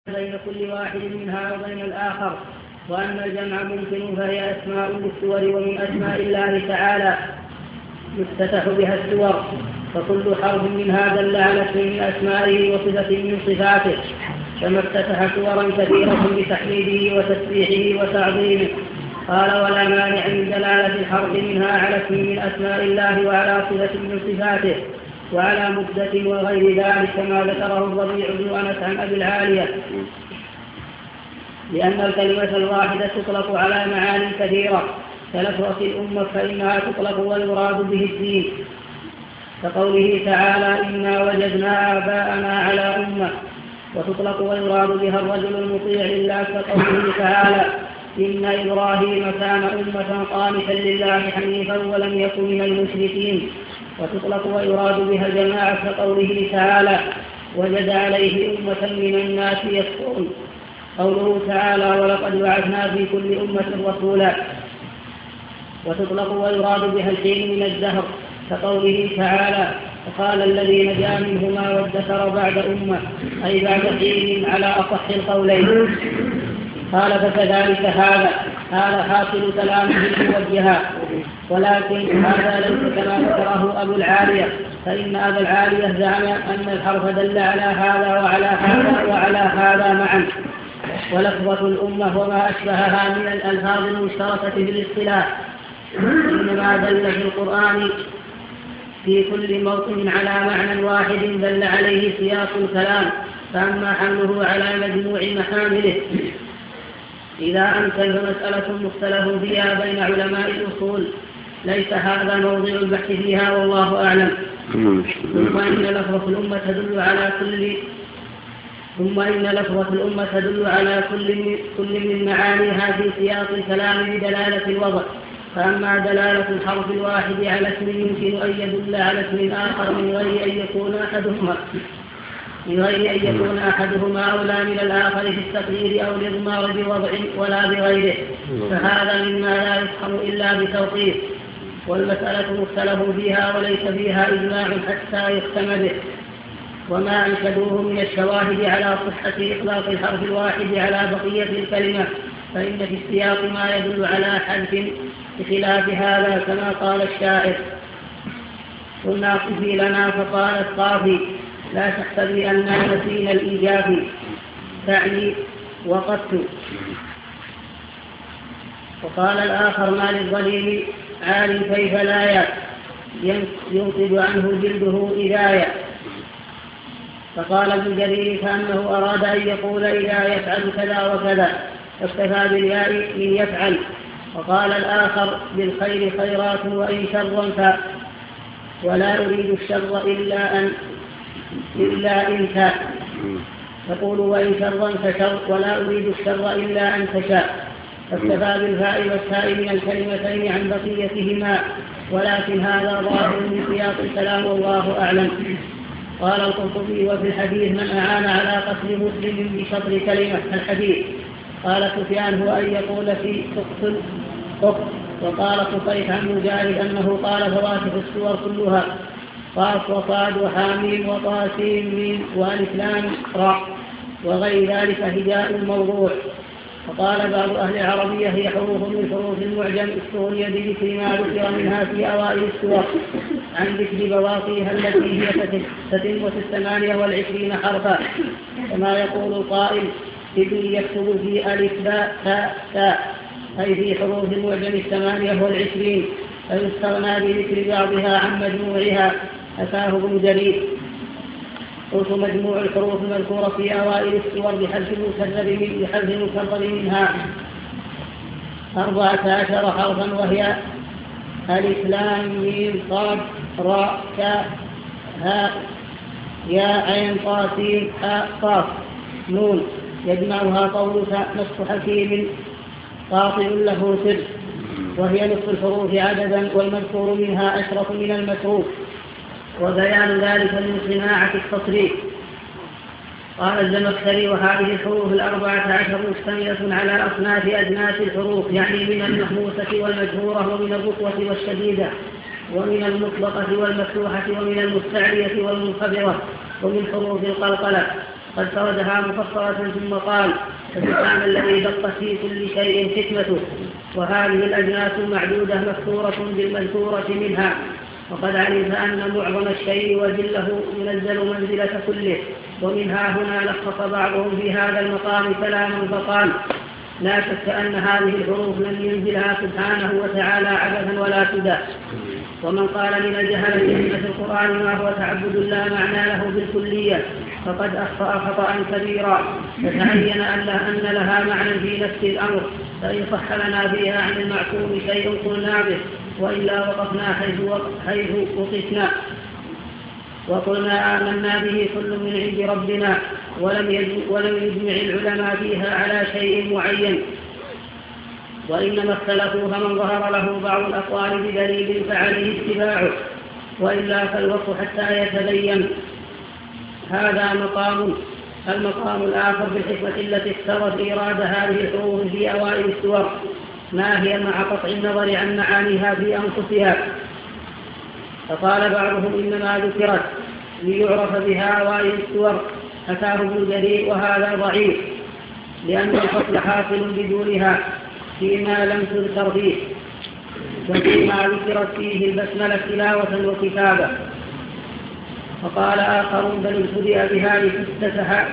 بين كل واحد منها وبين الآخر، وأن الجمع ممكن فهي أسماء للسور، ومن أسماء الله تعالى يفتتح بها السور، فكل حرف منها دل على اسم من أسمائه وصفة من صفاته، كما افتتح سورا كثيرة بتحميده وتسبيحه وتعظيمه. قال: ولا مانع من دلالة الحرف منها على اسم من أسماء الله وعلى صفة من صفاته وعلى مدة وغير ذلك، كما ذكره الربيع بن أنس عن أبي العالية، لأن الكلمة الواحدة تطلق على معاني كثيرة كلفظة الأمة، فإنها تطلق والمراد به الدين، كقوله تعالى: إنا وجدنا آباءنا على أمة، وتطلق والمراد بها الرجل المطيع لله، كقوله تعالى: إن إبراهيم كان أمة قانتا لله حنيفا ولم يكن من المشركين، وتطلق ويراد بها الجماعة، كقوله تعالى: وجد عليه أمة من الناس يذكرون، قوله تعالى: ولقد بعثنا في كل أمة رسولا. وتطلق ويراد بها الحين من الدهر، كقوله تعالى: فقال الذي نجا منهما وادكر بعد أمة، أي بعد حين على أصح القولين. قال: فكذلك هذا حاصل كلامه الموجهات، ولكن هذا ليس كما ذكره أبو العالية، فإن أبا العالية زعم أن الحرف دل على هذا وعلى هذا وعلى هذا معا، ولفظة الأمة وما أشبهها من الألفاظ المشتركة في الاصطلاح إنما دل في القرآن في كل موطن على معنى واحد دل عليه سياق الكلام، فأما حمله على مجموع محامله إذا أمكن مسألة مختلف فيها بين علماء الأصول، ليس هذا موضع البحث فيها، والله أعلم. ثم إن لفظة الأمة تدل على كل من معانيها في سياق الكلام بدلالة الوضع، فأما دلالة الحرف الواحد على اسم يمكن أن يدل على اسم آخر من غير أن يكون أحدهما أولى من الآخر في التقدير أو الإضمار بوضع ولا بغيره، فهذا مما لا يفهم إلا بتوقيف، والمسألة مختلف فيها وليس فيها إجماع حتى يختم به. وما أنشدوه من الشواهد على صحة إطلاق الحرف الواحد على بقية الكلمة، فإن في السياق ما يدل على حذف بخلاف هذا، كما قال الشاعر: قلنا قفي لنا فقالت قافي، لا تحسبي أننا نسينا الإيجاب، تعني وقدت. وقال الآخر: ما للظليم عال كيف لا ينقض عنه جلده إذايا. فقال ابن جرير: كأنه أراد أن يقول إذا يفعل كذا وكذا، واكتفى بالياء من يفعل. وقال الآخر: بالخير خيرات وإن شرا ولا أريد الشر إلا إن كان، تقول وإن شرا فشر ولا أريد الشر إلا أن تشاء، فاكتفى بالفاء والتاء من الكلمتين عن بقيتهما، ولكن هذا ظاهر من سياق الكلام، والله أعلم. قال القرطبي: وفي الحديث: من أعان على قتل مسلم بشطر كلمة الحديث. قال سفيان: هو أن يقول في اقتل. وقال صفيح عن مجاهد أنه قال: فواتح السور كلها، قاف وصاد وحاميم وطاسيم ميم والف لام راء وغير ذلك هجاء موضوع. وقال بعض أهل العربية: هي حروف من حروف المعجم استغني بذكر ما ذكر منها في أوائل السور عن ذكر بواقيها التي هي 28 حرفا، كما يقول القائل: ابن يكتب في ألف باء تاء تاء، أي في حروف المعجم 28، فيستغنى بذكر بعضها عن مجموعها. أتاه ابن جرير. قلت: مجموع الحروف المذكورة في أوائل السور بحذف المكرر منها 14 حرفا، وهي ألف لام ميم صاد راء كاف هاء ياء عين طا سين حاء قاف نون، يجمعها قولك: نصف حكيم قاطع له سر، وهي نصف الحروف عددا، والمذكور منها أشرف من المتروك، وبيان ذلك من صناعة التصريف. قال الزمخشري: وهذه الحروف 14 مشتملة على أصناف أجناس الحروف، يعني من المهموسة والمجهورة، ومن الرقوة والشديدة، ومن المطلقة والمفتوحة، ومن المستعلية والمنخفضة، ومن حروف القلقلة. قد سردها مفصلة ثم قال: فسبحان الذي دق في كل شيء حكمته. وهذه الأجناس معدودة مذكورة بالمذكورة منها، وقد علمت أن معظم الشيء وجله ينزل منزلة كله. ومنها هنا لخص بعضهم في هذا المقام كلاما فقال: لا شك أن هذه الحروف لم ينزلها سبحانه وتعالى عبثا ولا سدى. ومن قال من الجهلة في القرآن ما هو تعبد لا معنى له بالكلية فقد أخطأ خطأ كبيرا. فتعين أن لها معنى في نفس الأمر، فإن صح لنا فيها عن المعقول شيء قلنا به، وإلا وقفنا حيث وقفنا وقلنا آمنا به كل من عند ربنا، ولم يجمع العلماء فيها على شيء معين. وإنما اختلفوا فمن ظهر له بعض الأقوال بدليل فعليه اتباعه، وإلا فالوقف حتى يتبين. هذا المقام الآخر في الحكمة التي اقتضت إيراد هذه الحروف في أوائل السور، ما هي مع قطع النظر عن معانيها في أنفسها. فقال بعضهم إنما ذكرت ليعرف بها أوائل السور، حكاه ابن جرير وهذا ضعيف، لأن الفصل حاصل بدونها فيما لم تذكر فيه، وفيما ذكرت فيه البسملة تلاوة وكتابة. فقال آخرون بل ابتدأ بها لافتتح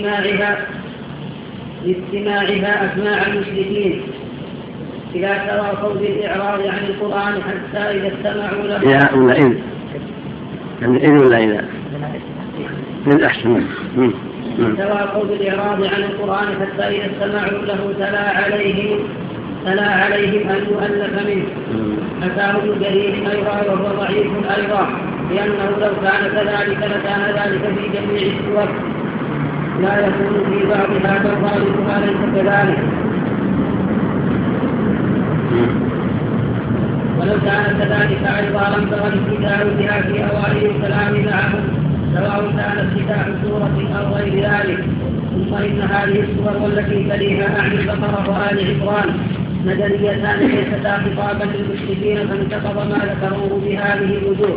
لاستماعها أسماع المشركين إذا تواصوا بالإعراض عن القرآن حتى إذا استمعوا له. يا ولا إن يعني إن ولا إذا من أحسن تواصوا بالإعراض عن القرآن حتى إذا استمعوا له تلا عليهم أن يؤلف منه. حكاه ابن جرير أيضا وهو ضعيف أيضا، لأنه لو كان كذلك لكان ذلك في جميع السور، لا يكون في بعضها كالغالبها ليس كذلك. ولو كان كذلك أيضا لم تغن الكتاب بها في أوائل الكلام معهم، سواء كان افتتاح سورة أو غير ذلك. ثم إن هذه السور والتي تليها أعني البقرة وآل عمران مدنيتان ليستا خطابا للمشركين، فانتقض ما ذكروه بهذه الوجوه.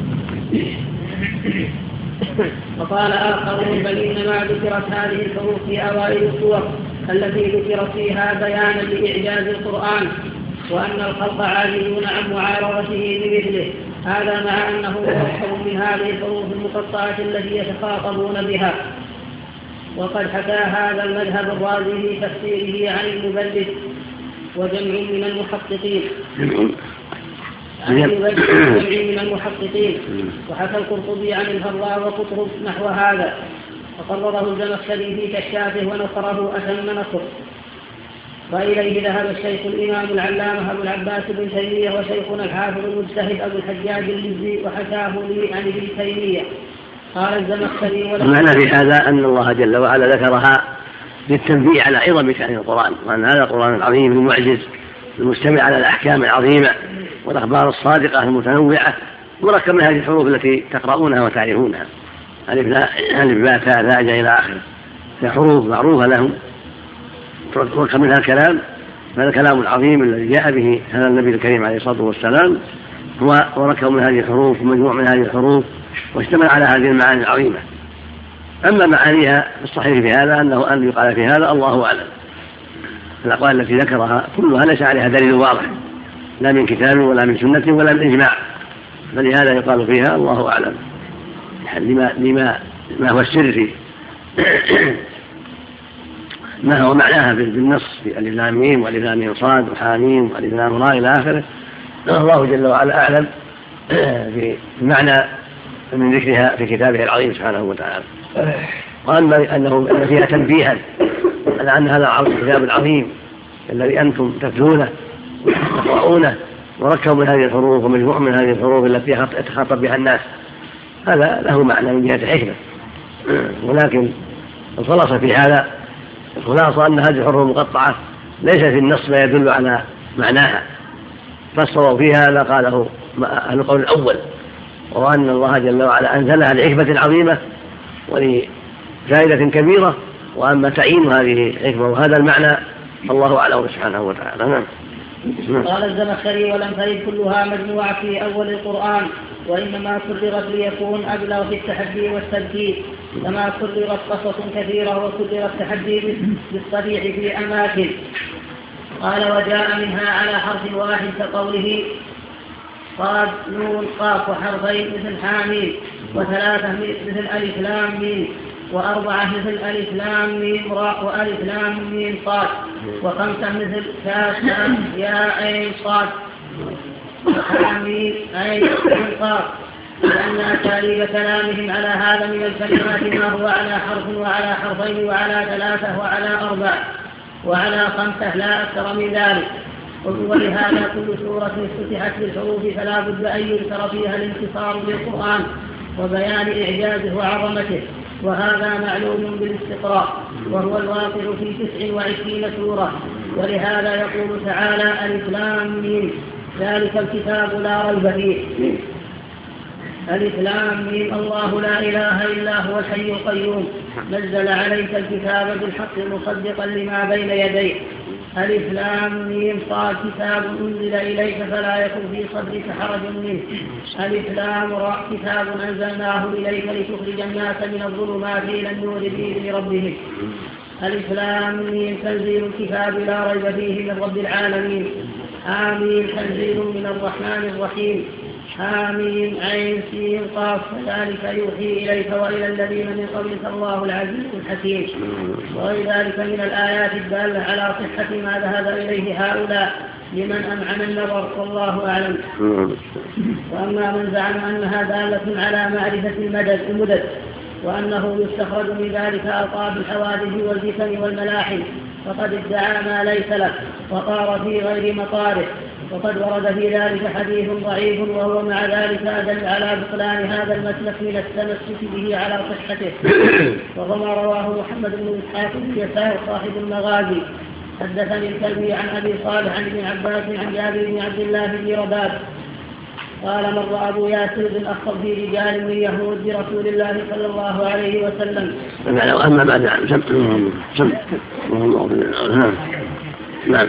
وقال آخرون بل إنما ذكرت هذه الحروف في أوائل السور التي ذكرت فيها بيانا لإعجاز القرآن، وأن الخلق عاجزون عن معارضته بمثله. هذا مع أنه مركب من هذه الحروف المقطعة التي يتخاطبون بها. وقد حكى هذا المذهب الرازي في تفسيره عن المبلد وجمع من المحققين وحكى القرطبي عن الفراء وقطرب نحو هذا، فقرره الزمخشري في كشافه ونصره أتم نصر. وإليه ذهب الشيخ الإمام العلامة أبو العباس بن تيمية وشيخنا الحافظ المجتهد أبو الحجاج المزي، وحكاه لي عن ابن تيمية. قال الزمخشري المعنى في هذا أن الله جل وعلا ذكرها للتنبيه على عظم شأن القرآن، وأن هذا القرآن العظيم المعجز المجتمع على الأحكام العظيمة والأخبار الصادقة المتنوعة، مركب من هذه الحروف التي تقرؤونها وتعرفونها، ألف باء تاء ثاء إلى آخره، حروف معروفة لهم مركب منها الكلام. هذا الكلام العظيم الذي جاء به هذا النبي الكريم عليه الصلاة والسلام هو مركب من هذه الحروف ومجموع من هذه الحروف، واشتمل على هذه المعاني العظيمة. أما معانيها الصحيح في هذا أنه أن يقال في هذا الله أعلم. الأقوال التي ذكرها كلها ليس عليها دليل واضح، لا من كتاب ولا من سنة ولا من إجماع، فلهذا يقال فيها الله أعلم لما هو السر في ما هو معناها بالنص في الف لام ميم والف لام ميم صاد وحاميم والف لام را إلى آخره. الله جل وعلا أعلم في المعنى من ذكرها في كتابه العظيم سبحانه وتعالى. وأما أنه فيها تنبيها على أن هذا الكتاب العظيم الذي أنتم تتلونه وتقرؤونه مركب من هذه الحروف ومجموع من هذه الحروف التي يتخاطب بها الناس، هذا له معنى من جهة الحكمة. ولكن الخلاصة في هذا أن هذه الحروف المقطعة ليس في النص ما يدل على معناها، فالصواب في هذا قاله القول الأول، وأن الله جل وعلا أنزلها لحكمة عظيمة ولفائدة كبيرة. وأما تعيين هذه الحكمة وهذا المعنى الله أعلم سبحانه وتعالى. قال الزمخشري ولم ترد كلها مجموعة في أول القرآن، وإنما كررت ليكون أبلغ في التحدي والتذكير، كما كررت قصص كثيرة وكرر التحدي بالصريح في أماكن. قال وجاء منها على حرف واحد كقوله صاد نون قاف وحرفين مثل حامين، وثلاثة مثل ألف لام ميم، وأربعة مثل ألف لام ميم راء وألف لام ميم صاد، وخمسة مثل كاف يا عين صاد وحامين عين قاف. لأن أساليب كلامهم على هذا من الكلمات ما هو على حرف وعلى حرفين وعلى ثلاثة وعلى أربع وعلى خمسة لا أكثر من ذلك. ولهذا كل سورة افتتحت بالحروف فلا بد أن يذكر فيها الانتصار للقرآن وبيان إعجازه وعظمته، وهذا معلوم بالاستقراء، وهو الواقع في 29 سورة. ولهذا يقول تعالى ألف لام ميم ذلك الكتاب لا ريب فيه. ألف لام ميم الله لا إله إلا هو الحي القيوم نزل عليك الكتاب بالحق مصدقا لما بين يديه. ألف لام ميم صاد كتاب أنزل إليك فلا يكن في صدرك حرج منه. ألف لام راء كتاب أنزلناه إليك لتخرج الناس من الظلمات إلى النور بإذن ربهم. ألف لام ميم تنزيل الكتاب لا ريب فيه من رب العالمين. آمين تنزيل من الرحمن الرحيم. حاميم عين سين قاف ذلك يوحي إليك وإلى الذين من قبلك الله العزيز الحكيم. وغير ذلك من الآيات الدالة على صحة ما ذهب إليه هؤلاء لمن أمعن النظر والله أعلم. وأما من زعم أنها دالة على معرفة المدد وأنه يستخرج من ذلك ألقاب الحوادث والفتن والملاحم فقد ادعى ما ليس له وطار في غير مطاره. وقد ورد في ذلك حديث ضعيف وهو مع ذلك أدل على بطلان هذا المسلك من التمسك به على صحته، وهو ما رواه محمد بن إسحاق بن يسار صاحب المغازي. حدثني الكلبي عن أبي صالح عن ابن عباس عن جابر بن عبد الله بن رباب قال مر أبو ياسر بن أخطب في رجال من يهود برسول الله صلى الله عليه وسلم. أما بعد نعم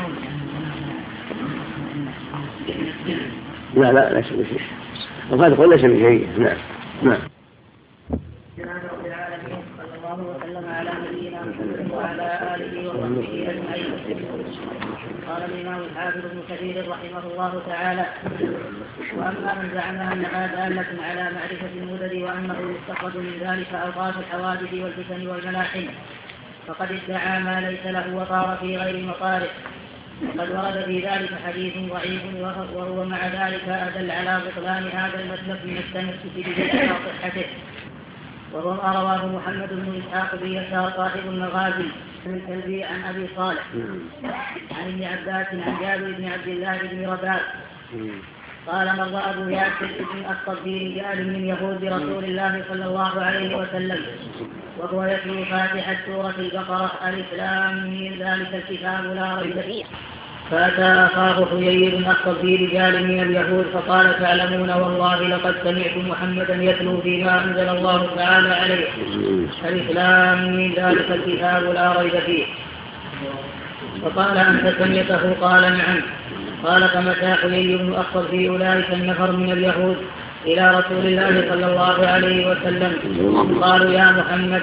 لا ليس بشيء وقد يقول ليس بشيء. نعم رب العالمين صلى الله وسلم على نبينا محمد وعلى آله وصحبه أجمعين. قال الإمام الحافظ ابن كثير رحمه الله تعالى وأما من زعم أنها دالة على معرفة المدد وأنه يستخرج من ذلك أوقات الحوادث والفتن والملاحم فقد ادعى ما ليس له وطار في غير مطاره. وقد ورد في ذلك حديث ضعيف وهو مع ذلك أدل على بطلان هذا المسلك من التمسك به على صحته، وهو ما رواه محمد بن إسحاق بن يسار صاحب المغازي من الكلبي عن أبي صالح عن ابن عباس عن جابر بن عبد الله بن رباب قال مر أبو ياسر بن أخطب في رجال من يهود رسول الله صلى الله عليه وسلم وهو يتلو فاتحة سورة البقرة ألف لام ميم ذلك الكتاب لا ريب فيه. فأتى أخاه حيي بن أخطب في رجال من اليهود فقال تعلمون والله لقد سمعت محمدا يتلو فيما أنزل الله تعالى عليه ألف لام ميم ذلك الكتاب لا ريب فيه. فقال أنت سمعته؟ قال نعم. قال فمتى حيي بن أخطب في أولئك النفر من اليهود إلى رسول الله صلى الله عليه وسلم قالوا يا محمد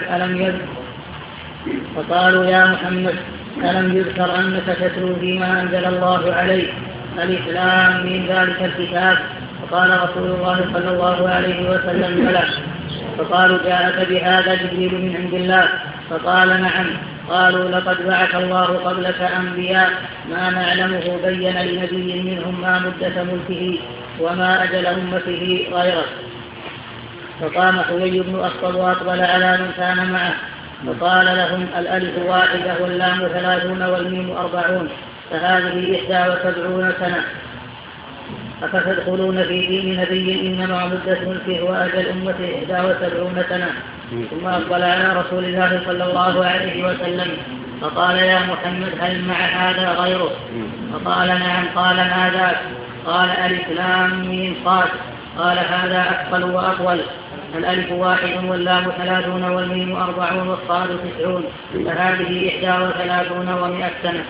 ألم يذكر أنك تتلو فيما أنزل الله عليك ألف لام من ذلك الكتاب؟ فقال رسول الله صلى الله عليه وسلم بلى. فقالوا جاءك بهذا جبريل من عند الله؟ فقال نعم. قالوا لقد بعث الله قبلك أنبياء ما نعلمه بين لنبي منهم ما مدة ملكه وما أجل أمته غيره. فقام حيي بن أخطب وأقبل على من كان معه فقال لهم الألف واحدة واللام 30 والميم 40 فهذه 71 سنة أفتدخلون في دين نبي إنما مدة ملكه وأجل أمته 71 سنة. ثم أقبل على رسول الله صلى الله عليه وسلم فقال يا محمد هل مع هذا غيره؟ فقال نعم. قال ما ذاك؟ قال ألف لام ميم صاد. قال هذا أثقل وأطول. الألف 1 واللام 30 والميم 40 والصاد 90 فهذه 31 و100 سنة.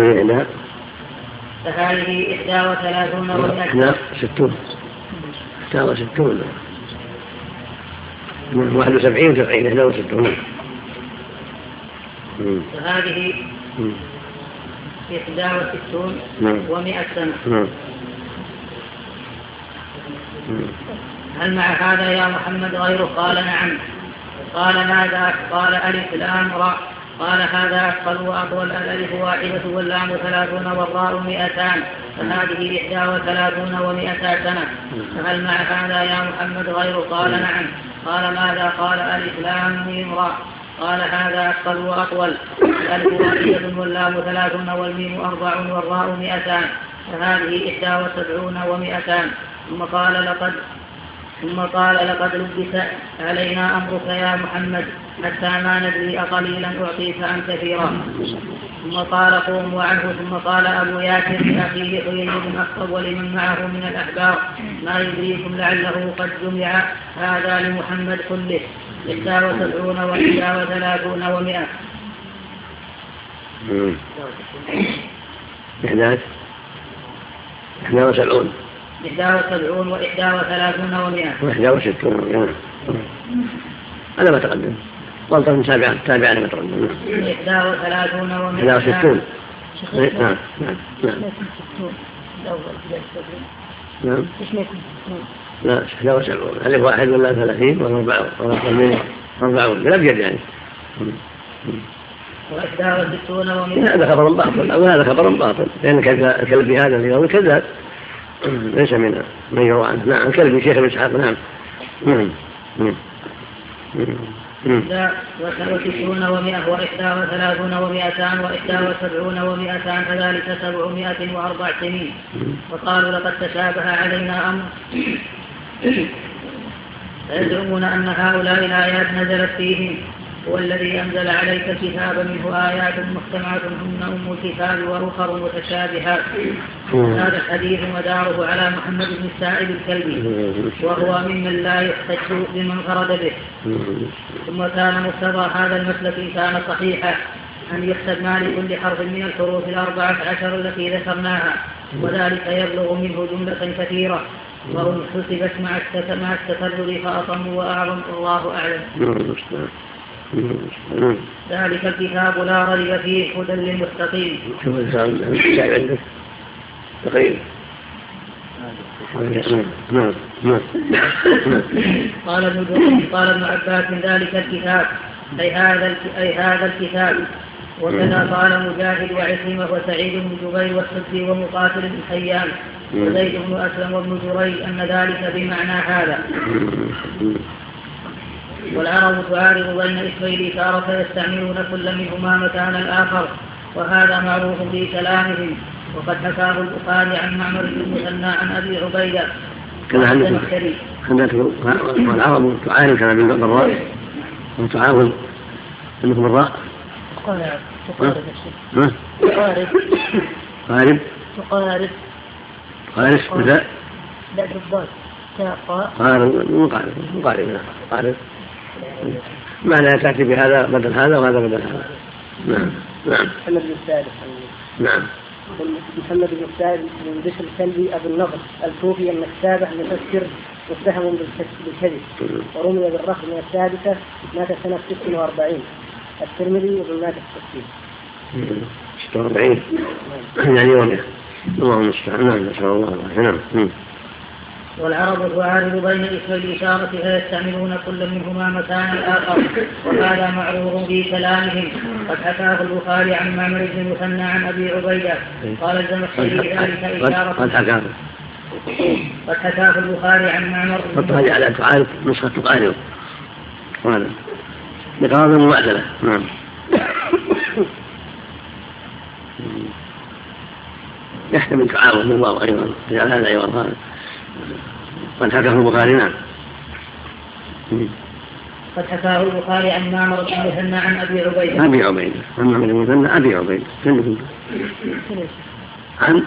فهذه 31 و100 سنة. 60 61 71 و70 61. فهذه 61 و100 سنة. هل مع هذا يا محمد غيره؟ قال نعم. قال ماذا؟ قال ألف لام راء. قال هذا أثقل وأطول، الألف 1 واللام 30 والراء 200، فهذه 31 و100 سنة. فهل مع هذا يا محمد غيره؟ قال نعم. قال ماذا؟ قال ألف لام ميم راء. قال هذا أثقل وأطول، الألف 1 واللام 30 والميم 4 والراء 200، فهذه 71 و200. ثم قال لقد لبس علينا أمرك يا محمد حتى ما ندري أقليلا أعطيك أم كثيرا. ثم قال قوموا عنه. ثم قال أبو ياسر لأخيه حيي بن أخطب ولمن معه من الأحبار ما يدريكم لعله قد جمع هذا لمحمد كله 71 و31 و100. 71 و31 و100. 61 هذا ما تقدم. غلطة من تابعة ما تقدم. 31 و100. 61. نعم. نعم. لا 71. ألف 1 ولا 30 و40 بالأبجد يعني. 61 و100. هذا خبر باطل أو هذا خبر باطل، لأن الكلب بهذا اللي هو كذاب ليس من يروى عنه. نعم الكلب شيخ ابن إسحاق. نعم. 61 و100 و31 و200 و71 و200، كذلك 704 سنين. وقالوا لقد تشابه علينا أمر. فيزعمون أن هؤلاء الآيات نزلت فيهم. هو الذي أنزل عليك الكتاب منه آيات محكمات هن أم الكتاب وأخر متشابهات. هذا الحديث مداره على محمد بن السائب الكلبي، وهو ممن لا يحتج بمن فرد به. ثم كان مقتضى هذا المسلك كان صحيحا أن يحسب ما لكل حرف من الحروف 14 التي ذكرناها، وذلك يبلغ منه جملة كثيرة، وهم حسبت مع التكرر فأطم وأعظم. الله أعلم. ذلك الكتاب لا ريب فيه هدى للمتقين. قال ابن عباس ذلك الكتاب أي هذا الكتاب. وكذا قال مجاهد وعكرمة وسعيد بن جبير والسدي ومقاتل بن حيان وزيد بن أسلم وابن جريج أن ذلك بمعنى هذا. والعرب تعارض بين اسمين تارة يستعملون كل منهما مكان الآخر، وهذا معروف في كلامهم. وقد حكاه البخاري عن معمر بن المثنى عن أبي عبيدة. والعرب تعارض كما بالراء وتعارض انكم الراء تقارب مثل لا بالضبط قارب معنى تأتي بهذا بدل هذا وهذا بدل هذا. نعم. محمد بن السائب. نعم. محمد بن السائب بن بشر الكلبي أبو النضر الكوفي النسابة مفسر متهم بالكذب، ورمي بالرفض من السادسة، مات سنة 46. الترمذي وابن ماجه 46 يعني يومه. الله المستعان. نعم نسأل الله العافية. نعم. والعرب تعارض بين اسم الإشارة فيستعملون كل منهما مكان الآخر، وهذا معروف في كلامهم. قد حكاه البخاري عن معمر بن المثنى عن أبي عبيدة قال الزمخشري ذلك إشارة. قد حكاه البخاري عن معمر بن المثنى على تعارض نسخة تقارب وهذا بقرار المعدلة. نعم. يحتمل تعارض من الله أيضا في هذا أيضا هذا. قد حكاه البخاري. نعم. قد حكاه البخاري عن معمر بن المثنى عن أبي عبيدة. عن معمر بن المثنى أبي عبيدة. عن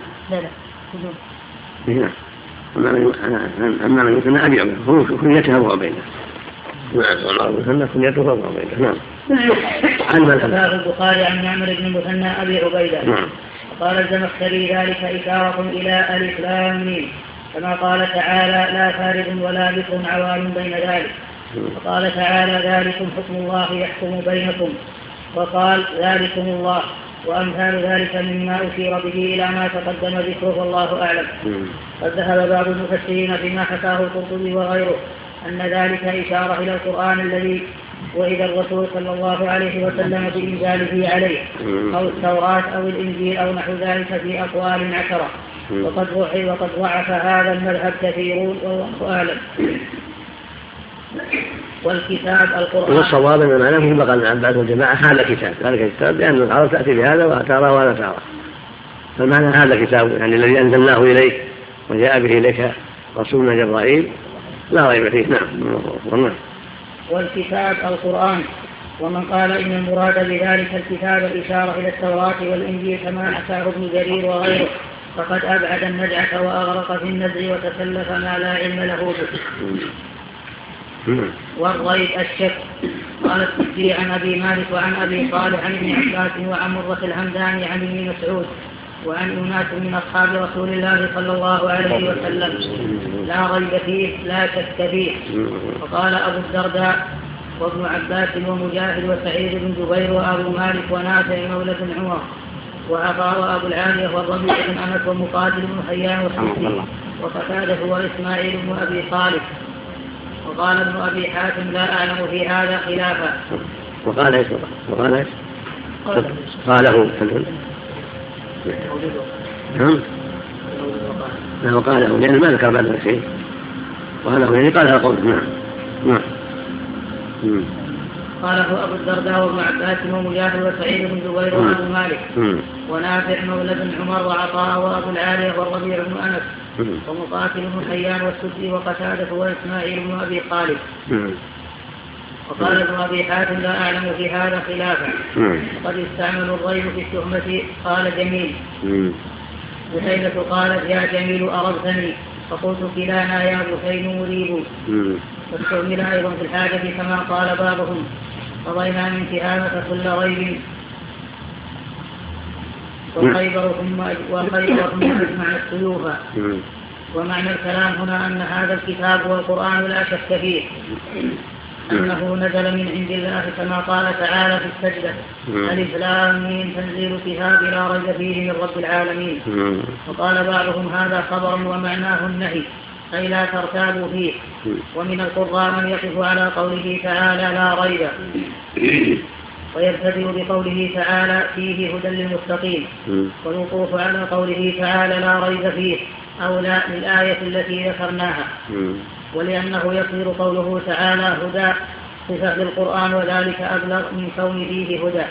لا عن معمر بن المثنى أبي عبيدة هو كنيته أبو عبيدة. نعم. ومعمر بن المثنى كنيته أبو عبيدة. نعم. حكاه البخاري عن معمر بن المثنى أبي عبيدة. نعم. قال الزمخشري ذلك إشارة إلى ألف لام ميم، كما قال تعالى لا فارغ ولا بكر عوام بين ذلك. وقال تعالى ذلكم حكم الله يحكم بينكم، وقال ذلكم الله، وأمثال ذلك مما أشير به إلى ما تقدم ذكره والله أعلم. قد ذهب بعض المفسرين بما حكاه القرطبي وغيره أن ذلك إشارة إلى القرآن الذي وإذا الرسول صلى الله عليه وسلم بإنزاله عليه، أو التوراة أو الإنجيل أو نحو ذلك في أقوال عشرة. وقد ضعف هذا المذهب كثيرون والله أعلم. والكتاب القرآن. والصواب أن معناه مثل ما قال عباد الجماعة هذا كتاب، هذا كتاب لأن العرب تأتي بهذا وترى ولا ترى، فالمعنى هذا كتاب يعني الذي أنزلناه إليك وجاء به إليك رسولنا جبرائيل لا ريب فيه. نعم. والكتاب القرآن. ومن قال إن المراد بذلك الكتاب الإشارة إلى التوراة والإنجيل كما حكاه ابن جرير وغيره فقد أبعد النزعة وأغرق في النزع وتكلف ما لا علم له به. والريب الشك. قال التفسير عن أبي مالك وعن أبي صالح عن ابن عباس وعن مرة الهمداني عن ابن مسعود وعن أناس من أصحاب رسول الله صلى الله عليه وسلم لا ريب فيه لا شك فيه. وقال أبو الدرداء وابن عباس ومجاهد وسعيد بن جبير وأبو مالك ونافع مولى بن عمر وعطاء وأبو العالية والربيع بن أنس ومقاتل بن حيان وحسين وقتادة وإسماعيل بن أبي صالح. وقال ابن أبي حاتم لا أعلم في هذا خلافا. وقال ايش؟ قاله نعم وقاله لأنه ما ذكر بعد شيء وهذا يعني قالها قول. نعم. قاله أبو الدرداء وابن عباس ومجاهد وسعيد بن جبير وأبو مالك ونافع مولى بن عمر وعطاء وأبو العالية والربيع بن أنس ومقاتل بن حيان والسدي وقتادة وإسماعيل بن أبي خالد. وقال ابن أبي حاتم لا أعلم في هذا خلافا. وقد استعملوا الريب في التهمة. قال جميل بحيث قالت يا جميل أربتني فقلت كلانا يا بحين مريب. واستعمل أيضا في الحاجة كما قال بعضهم قضينا من تهامة كل ريب وخيبر ثم معنى السيوف. ومعنى الكلام هنا أن هذا الكتاب هو القرآن لا شك فيه أنه نزل من عند الله كما قال تعالى في السجدة ألف لام ميم تنزيل كتاب لا ريب فيه من رب العالمين. وقال بعضهم هذا خبر ومعناه النهي أي لا ترتابوا فيه. ومن القراء من يقف على قوله تعالى لا ريب ويبتدئ بقوله تعالى فيه هدى للمتقين، والوقوف على قوله تعالى لا ريب فيه أولى للآية التي ذكرناها. ولأنه يصير قوله تعالى هدى صفة للقرآن وذلك أبلغ من كون فيه هدى.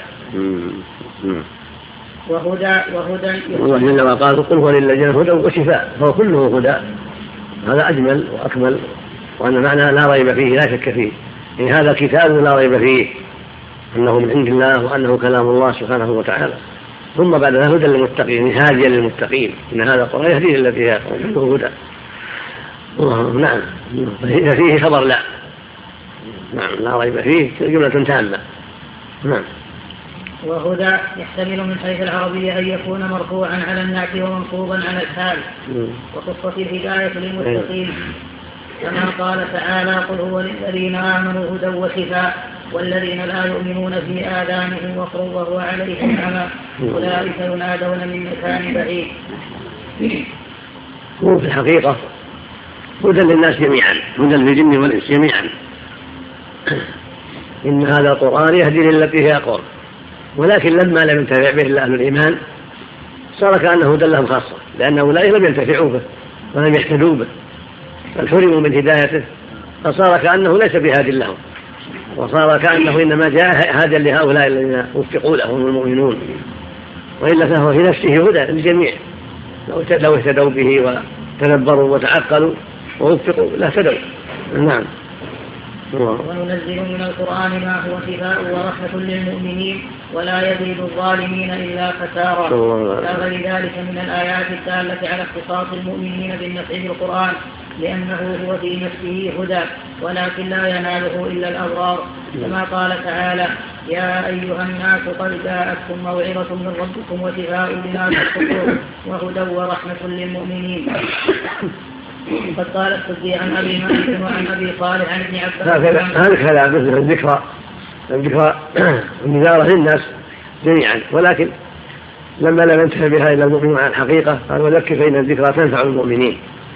وهدى الله جل وعلا قل هو للذين هدى وشفاء فهو كله هدى. هذا أجمل وأكمل. وأن معنى لا ريب فيه لا شك فيه إن هذا كتاب لا ريب فيه أنه من عند الله وأنه كلام الله سبحانه وتعالى. ثم بعد ذلك هدى للمتقين هاديا للمتقين إن هذا القرآن يهدي التي هي كله هدى. نعم فيه خبر لا. نعم لا ريب فيه جملة تامة. نعم. وهدى يحتمل من حيث العربية أن يكون مرفوعا على النعت ومنصوبا على الحال. وقصة الهداية للمتقين كما قال تعالى قل هو للذين آمنوا هدى وشفاء والذين لا يؤمنون في آذانهم وقر وهو عليهم عمى أولئك ينادون من مكان بعيد. هو في الحقيقة هدى للناس جميعا هدى للجن والإنس جميعا. إن هذا القرآن يهدي للتي هي أقوم. ولكن لما لم ينتفع به إلا أهل الإيمان صار كأنه هدى لهم خاصة لأن أولئك لم ينتفعوا به ولم يهتدوا به بل حرموا من هدايته فصار كأنه ليس بهاد لهم وصار كأنه إنما جاء هادا لهؤلاء الذين وفقوا لهم المؤمنون وإلا فهو في نفسه هدى للجميع لو اهتدوا به وتدبروا وتعقلوا ووفقوا لا اهتدوا. نعم. وننزل من القرآن ما هو شفاء ورحمة للمؤمنين ولا يزيد الظالمين إلا خسارا. لا ذلك من الآيات الدالة على اختصاص المؤمنين بالنفع بالقرآن لأنه هو في نفسه هدى ولكن لا يناله إلا الأبرار كما قال تعالى يا أيها الناس قد جاءتكم موعظة من ربكم وشفاء لما في الصدور وهدى ورحمة للمؤمنين. قد قال السدي عن أبي مالك وعن أبي صالح عن ابن عباس. هذا مثل الذكرى النذارة للناس جميعا، ولكن لما لم ينتهي بها إلا المؤمنون عن الحقيقة قال وذكر فإن الذكرى تنفع المؤمنين.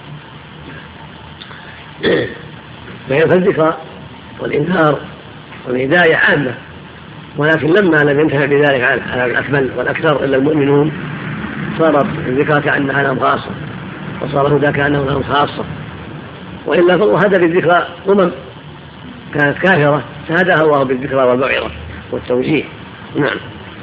فالذكرى والإنذار والهداية عامة، ولكن لما لم ينتهي بذلك على الأكمل والأكثر إلا المؤمنون صارت الذكرى كأنها لهم خاصة، وصار الهدى كأنه لهم خاصة. وإلا فالله هدى بالذكرى كانت كافرة فهداها الله بالذكرى والموعظة والتوجيه. نعم.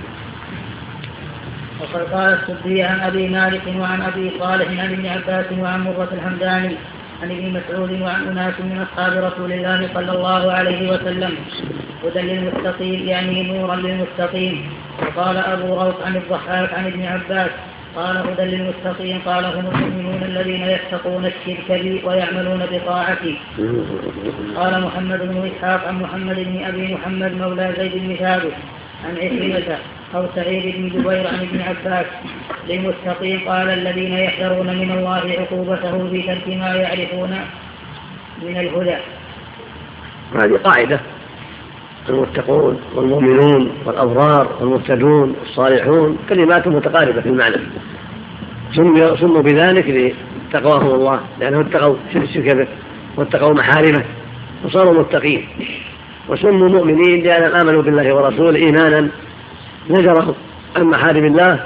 وقد قال السدي عن أبي مالك وعن أبي صالح عن ابن عباس وعن مرة الحمداني عن ابن مسعود وعن أناس من أصحاب رسول الله صلى الله عليه وسلم هدى للمتقين يعني نورا للمتقين. وقال أبو روح عن الضحاك عن ابن عباس قال هدى للمتقين قال هم المؤمنون الذين يتقون الشرك بي ويعملون بطاعتي. قال محمد بن إسحاق عن محمد بن أبي محمد مولى زيد بن ثابت عن عكرمة أو سعيد بن جبير عن ابن عباس للمتقين قال الذين يحذرون من الله عقوبته في ترك ما يعرفون من الهدى. هذه قاعدة: المتقون والمؤمنون والأبرار والمهتدون والصالحون كلمات متقاربة في المعنى، سموا بذلك لتقواهم الله لأنهم اتقوا الشرك به واتقوا محارمه وصاروا متقين، وسموا مؤمنين لأنهم آمنوا بالله ورسوله إيمانا نجروا عن محارم الله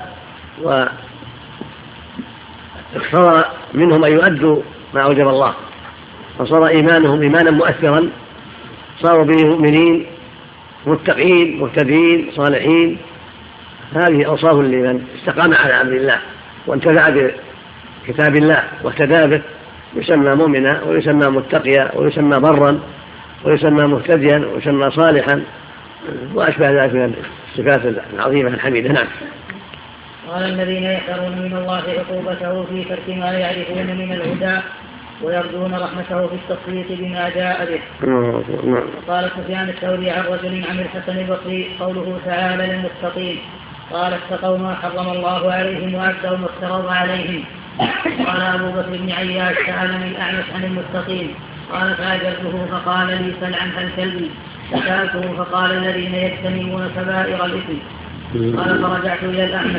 واقتضى منهم أن يؤدوا ما أوجب الله، فصار إيمانهم إيمانا مؤثرا، صاروا به مؤمنين متقين مهتدين صالحين. هذه أوصاف لمن استقام على أمر الله وانتفع بكتاب الله واهتدى به، يسمى مؤمنا ويسمى متقيا ويسمى برا ويسمى مهتديا ويسمى صالحا وأشبه ذلك من الصفات العظيمة الحميدة. نعم. قال الذين يحذرون من الله عقوبته في ترك ما يعرفون من الهدى ويرجون رحمته في التصديق بما جاء به. قال سفيان الثوري عن رجل عن الحسن البصري قوله تعالى للمتقين قال اتقوا ما حرم الله عليهم وأدوا ما افترض عليهم. قال أبو بكر بن عياش سألني الأعمش عن المتقين قال فأجبته فقال لي سل عنها الكلب، فسألته فقال الذين يجتنبون كبائر الإثم. قال فرجعت إلى الأعمش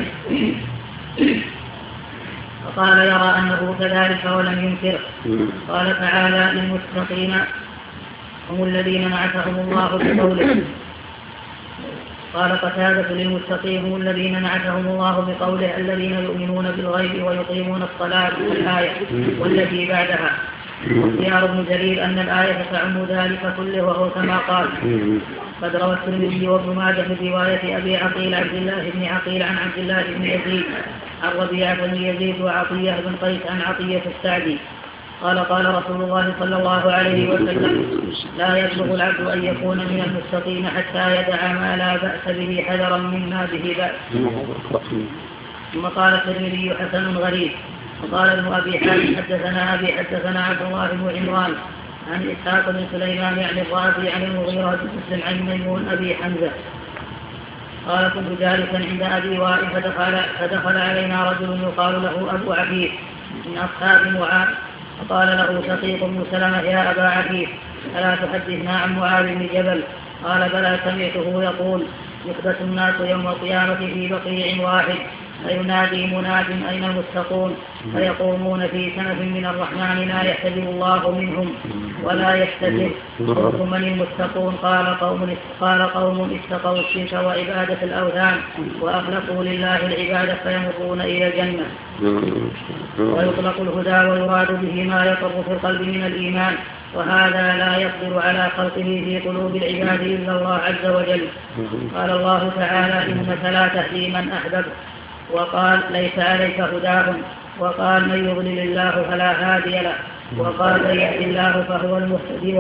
فقال يرى أنه كذلك ولم ينكره. قال تعالى للمتقين هم الذين نعتهم الله بقوله. قال قتادة للمتقين هم الذين نعتهم الله بقوله الذين يؤمنون بالغيب ويقيمون الصلاة الآية والتي بعدها. واختيار ابن جرير أن الآية تعم ذلك كله وهو كما قال. قد روى الترمذي وابن ماجه من رواية أبي عقيل عبد الله بن عقيل عن عبد الله بن يزيد عن ربيعة بن يزيد وعطية بن قيس عن عطية السعدي قال قال رسول الله صلى الله عليه وسلم لا يبلغ العبد أن يكون من المتقين حتى يدع ما لا بأس به حذرا مما به بأس. ثم قال الترمذي حسن غريب. وقال ابن أبي حاتم حدثنا عبد الله بن عمران عن إسحاق بن سليمان يعني الرازي عن المغيرة بن مسلم عن ميمون أبي حمزة قال كنت جالسا عند أبي وائل فدخل علينا رجل يقال له أبو عفيف من أصحاب معاذ فقال له شقيق بن سلمة يا أبا عفيف ألا تحدثنا عن معاذ بن جبل؟ قال بلى سمعته يقول يحبس الناس يوم القيامة في بقيع واحد فينادي مناد أين المتقون فيقومون في كنف من الرحمن لا يحتجب الله منهم ولا يحتجب. قلت من المتقون؟ قال قوم اتقوا الشرك وعبادة الأوثان وأخلقوا لله العبادة فيمرون إلى الجنة. ويطلق الهدى ويراد به ما يقر في القلب من الإيمان، وهذا لا يقدر على خلقه في قلوب العباد إلا الله عز وجل. قال الله تعالى إنك لا تهدي من أحببت، وقال ليس عليك هداهم، وقال من يضلل الله فلا هادي له، وقال من يهدي الله فهو المهتدي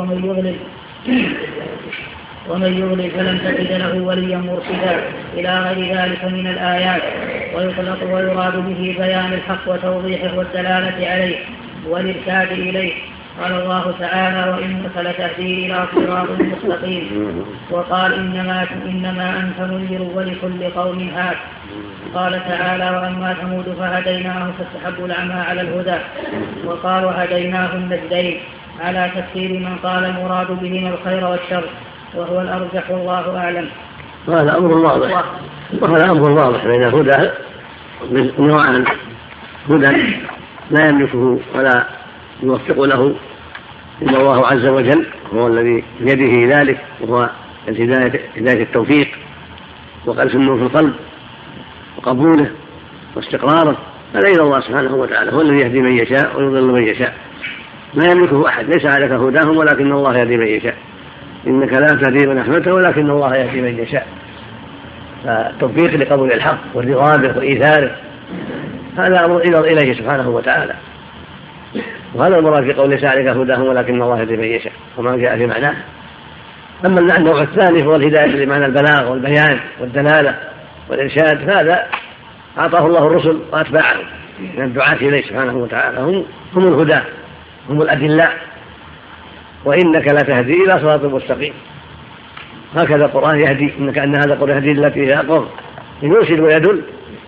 ومن يضلل فلن تجد له وليا مرشدا إلى غير ذلك من الآيات. ويطلق ويراد به بيان الحق وتوضيحه والدلالة عليه والإرشاد إليه. قال الله تعالى وإنك لتهدي إلى صراط مستقيم. وقال إنما أنت منذر ولكل قوم هاد. قال تعالى وأما ثمود فهديناهم فاستحبوا العمى على الهدى. وقال وهديناهم النجدين على تفسير من قال المراد بهما الخير والشر وهو الأرجح والله أعلم. وهذا أمر واضح بين الهدى نوعان: هدى لا يملكه ولا يوفق له إلا الله عز وجل، هو الذي بيده ذلك، وهو هداية التوفيق وقذف النور في القلب وقبوله واستقراره، هذا إلى الله سبحانه وتعالى، هو الذي يهدي من يشاء ويضل من يشاء، ما يملكه أحد، ليس عليك هداهم ولكن الله يهدي من يشاء، إنك لا تهدي من أحببت ولكن الله يهدي من يشاء. فالتوفيق لقبول الحق والرضا به وإيثاره هذا أمر إليه سبحانه وتعالى، وهذا المراد في قول ليس عليك هداهم ولكن الله يهدي من يشاء وما جاء في معناه. أما النوع الثاني هو الهداية بمعنى البلاغ والبيان والدلالة والإرشاد، هذا أعطاه الله الرسل وأتباعه من الدعاة إليه سبحانه وتعالى، هم الهدى، هم الأدلاء، وإنك لا تهدي إلى صراط مستقيم. هكذا القرآن يهدي، إنك أن هذا القرآن يهدي التي هي أقوم، يرشد ويدل،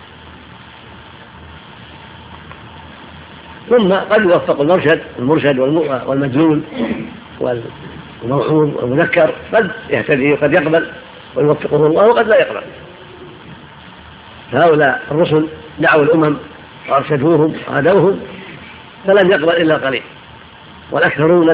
ثم قد يوفق المرشد والمدلول والموعوظ والمذكر، قد يهتدي وقد يقبل ويوفقه الله وقد لا يقبل. هؤلاء الرسل دعوا الأمم وأرشدوهم وهدوهم فلم يقبل إلا قليل، والأكثرون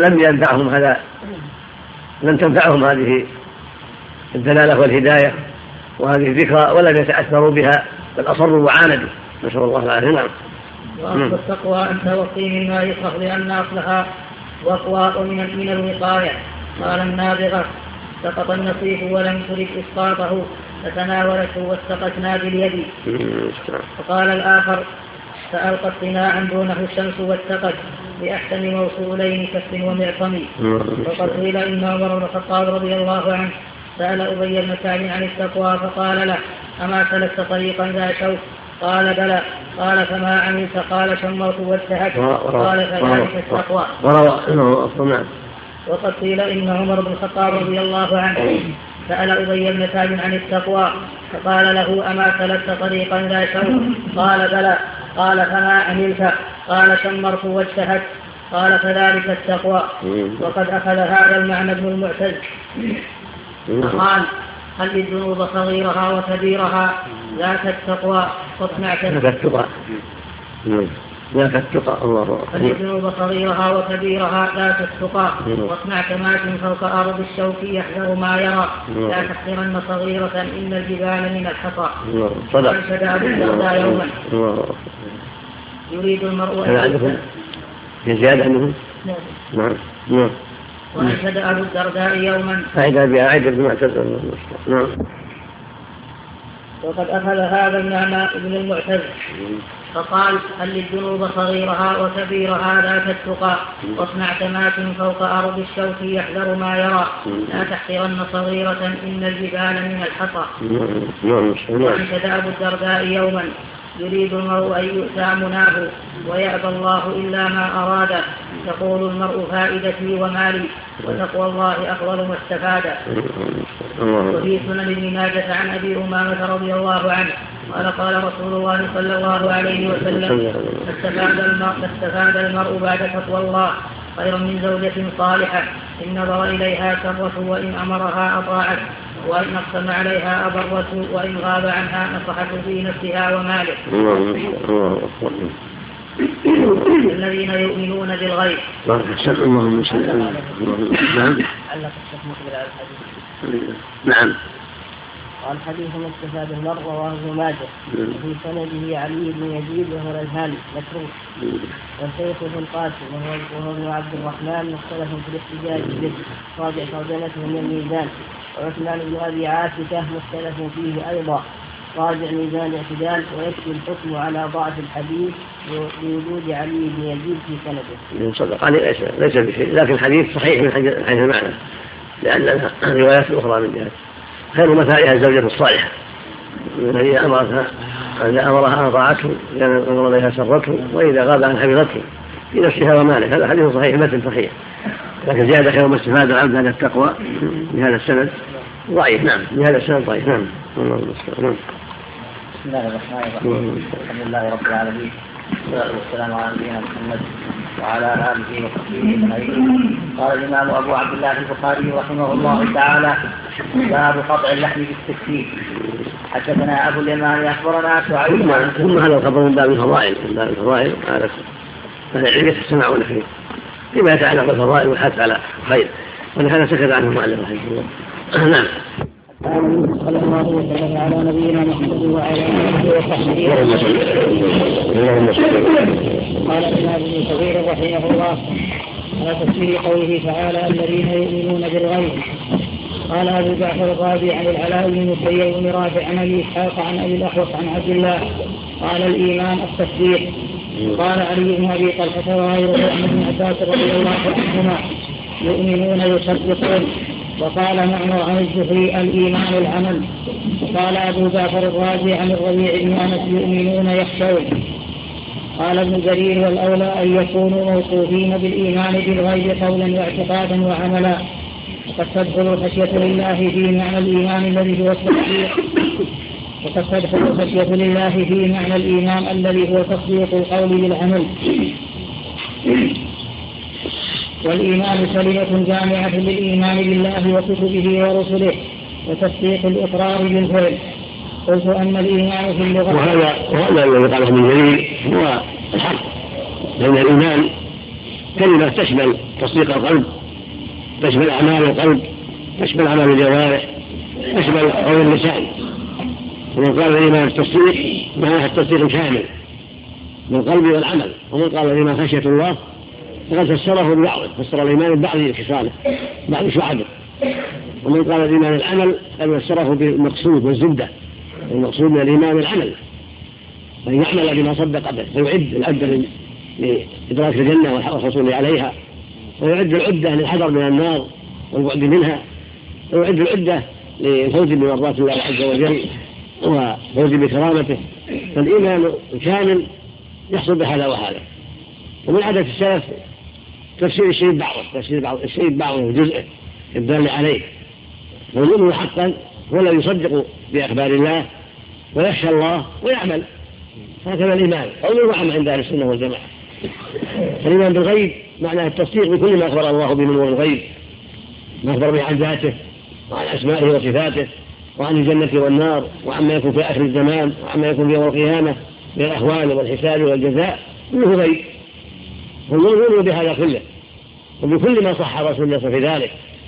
لم تنفعهم هذه الدلالة والهداية وهذه الذكرى ولم يتأثروا بها، بل أصروا وعاندوا، نسأل الله العافية. نعم. وأصل التقوى أن توقي مما يكره لأن أصلها وقوى من الوقاية. قال النابغة سقط النصيف ولم ترد إسقاطه فتناولته واستقتنا باليد. وقال الآخر فألقت صناعا دونه الشمس واتقت بأحسن موصولين كف ومعصم. وقد قيل إن عمر بن الخطاب رضي الله عنه سأل أبي بن كعب عن التقوى فقال له أما سلكت طريقا ذا شوك؟ قال بلى. قال فما عملت؟ قال شمرت واتهكت. قال فذلك التقوى. وقد قيل إن عمر بن الخطاب رضي الله عنه سأل أبي بن كعب عن التقوى فقال له أما سلكت طريقا ذا شوك؟ قال بلى. قال فما عملت؟ قال شمرت واجتهدت. قال فذلك التقوى. وقد أخذ هذا المعنى ابن المعتز قال هل الذنوب صغيرها وكبيرها ذات التقوى واصنع ذاك التقى. الله أكبر. الذنوب صغيرها وكبيرها ذات التقى واصنع كماش فوق أرض الشوك يحذر ما يرى لا تحقرن صغيرة إن الجبال من الحصى. وأنشد أبو الدرداء يوما يريد المرء أن زيادة عنه. نعم. وأنشد أبو الدرداء يوما فإذا بأعد المعتز. نعم. وقد أخذ هذا المعنى ابن المعتز فقال هل للذنوب صغيرها وكبيرها ذات التقى واصنع تمات فوق أرض الشوك يحذر ما يرى لا تحقرن صغيرة إن الجبال من الحصى. وأنشد أبو الدرداء يوما يريد المرء أن يؤتى مناه ويأبى الله إلا ما أراد يقول المرء فائدتي ومالي وتقوى الله أفضل ما استفاد. وفي سنن ابن ماجه عن أبي أمامة رضي الله عنه قال رسول الله صلى الله عليه وسلم استفاد المرء بعد تقوى الله خير من زوجة صالحة إن نظر إليها سرته وإن أمرها أطاعت وإن أقسم عليها أبرته وإن غاب عنها نصحته في نفسها وماله. الذين يؤمنون بالغيب. نعم. قال حديث من استفاد المرء رواه ابن ماجه وفي سنده علي بن يزيد وهو الأذهاني متروك والشيخ ابن القاسم وهو ابن عبد الرحمن مختلف في الاحتجاج به راجع ترجمته من الميزان. وعثمان بن أبي عاتكة مختلف فيه أيضا راجع ميزان الاعتدال. ويكفي الحكم على ضعف الحديث لوجود علي بن يزيد في سنده. صدق عليه ليس بشيء، لكن الحديث صحيح من حيث المعنى لأن لها روايات أخرى من جهة خير مثائها الزوجة الصالحة الذي أمرها أمرها أطاعته لأن أمر إليها سرته وإذا غاب عن حفظته في نفسها ومالك. هذا حديث صحيح متن صحيح، لكن زيادة خير ما استفاد العبد هذا التقوى بهذا السند ضعيف. نعم بهذا السند ضعيف. نعم. بسم الله الرحمن الرحيم. الحمد لله رب العالمين، والصلاة والسلام على نبينا محمد وعلى آله وصحبه أجمعين. قال الإمام أبو عبد الله البخاري رحمه الله تعالى: باب قطع اللحم بالسكين. حدثنا أبو اليمان أخبرنا شعيب. ثم هذا الخبر من باب الفضائل، من باب الفضائل هذا العلم يتسمعون فيه فيما يتعلق بالفضائل والحث على خير، ولهذا سكت عنه المؤلف رحمه الله. نعم. صلى الله وسلم على نبينا محمد وعلى اله وصحبه. قال الإمام ابن كثير رحمه الله على تفسير قوله تعالى: الذين يؤمنون بالغيب. قال أبو جعفر الرازي عن العلاء بن مسيب بن رافع عن أبي إسحاق عن أبي الأحوص عن عبد الله قال: الإيمان التصديق. قال علي بن أبي طلحة وغيره عن ابن عباس رضي الله عنهما: يؤمنون يصدقون. وقال معمر عن الزهري: الإيمان العمل. وقال أبو جعفر الرازي عن الربيع بن أنس: يؤمنون يخشون. قال ابن جرير: والأولى أن يكونوا موصوفين بالإيمان بالغيب قولا واعتقادا وعملا، وقد تدخل الخشية لله في معنى الإيمان الذي هو التصديق، وقد تدخل الخشية لله في معنى الإيمان الذي هو تصديق القول بالعمل. والإيمان كلمة جامعة للإيمان بالله وكتبه ورسله وتصديق الإقرار بالفعل. قلت أن الإيمان في اللغة، وهذا الذي قاله ابن جرير هو الحق، لأن الإيمان كلمة تشمل تصديق القلب، تشمل أعمال القلب، تشمل أعمال الجوارح، تشمل قول اللسان. ومن قال الإيمان التصديق معناه التصديق كامل بالقلب والعمل. ومن قال الإيمان خشية الله فقد فسره ببعضه، فسر الإيمان ببعض خصاله بعض شعبه. ومن قال الإيمان العمل قد فسره بالمقصود والزبدة. المقصود من الإيمان العمل، أن يعمل بما صدق به، فيعد العدة لإدراك الجنة والحصول عليها، ويعد العدة للحذر من النار والبعد منها، ويعد العدة للفوز بمرضات الله عز وجل وفوز بكرامته. فالإيمان الكامل يحصل بهذا وهذا. ومن عادة السلف تفسير الشيء بعضه، تفسير الشيء بعضه وجزءه الدال عليه. والمؤمن حقا هو الذي يصدق بأخبار الله ويخشى الله ويعمل. هكذا الإيمان قول وعمل عند أهل السنة والجماعة. الإيمان بالغيب معناه التصديق بكل ما أخبر الله به من أمور الغيب، ما أخبر به عن ذاته وعن أسمائه وصفاته وعن الجنة والنار وعما يكون في آخر الزمان وعما يكون في يوم القيامة من الأحوال والحساب والجزاء، كله غيب. والمؤمن بهذا كله وبكل ما صح رسول الله في ذلك.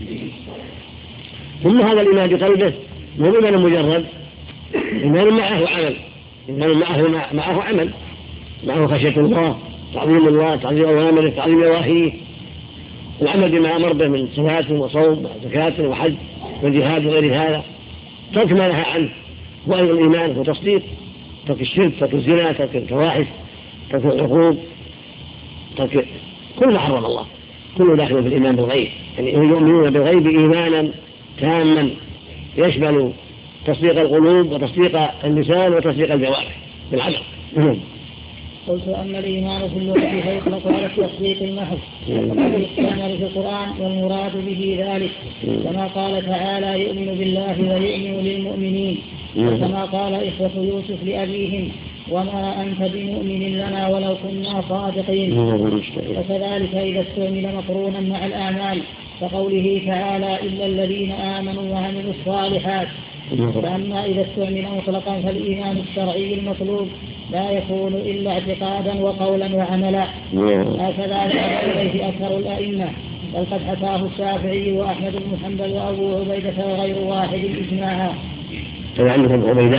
ثم هذا الإيمان بقلبه مو إيمان مجرد، إيمان معه عمل، إيمان معه عمل، معه خشية الله، تعظيم الله، تعظيم أوامره، تعظيم نواهيه، العمل بما أمر به من صلاة وصوم وزكاة وحج وجهاد وغير هذا، ترك ما نهى عنه. وأيضا الإيمان وتصديق، ترك الشرك، ترك الزنا، ترك الفواحش، ترك العقوق، ترك كل ما حرم الله، كله داخل في الإيمان بالغيب. يعني يؤمنون بالغيب إيمانا تاما يشمل تصديق القلوب وتصديق اللسان وتصديق الجوارح بالعمل. قلت أن الإيمان في اللغة فيطلق على التصديق المحض، وقد يستعمل في القرآن والمراد به ذلك، كما قال تعالى: يؤمن بالله ويؤمن للمؤمنين، وكما قال إخوة يوسف لأبيهم: وما أنت بمؤمن لنا ولو كنا صادقين. وكذلك إذا استعمل مقرونا مع الأعمال كقوله تعالى: إلا الذين آمنوا وعملوا الصالحات. فأما إذا استعمل مطلقا فالإيمان الشرعي المطلوب لا يكون إلا اعتقادا وقولا وعملا. هكذا ذهب إليه أكثر الأئمة، بل قد حكاه الشافعي وأحمد بن حنبل وأبو عبيدة وغير واحد إجماعا. عندهم عبيدة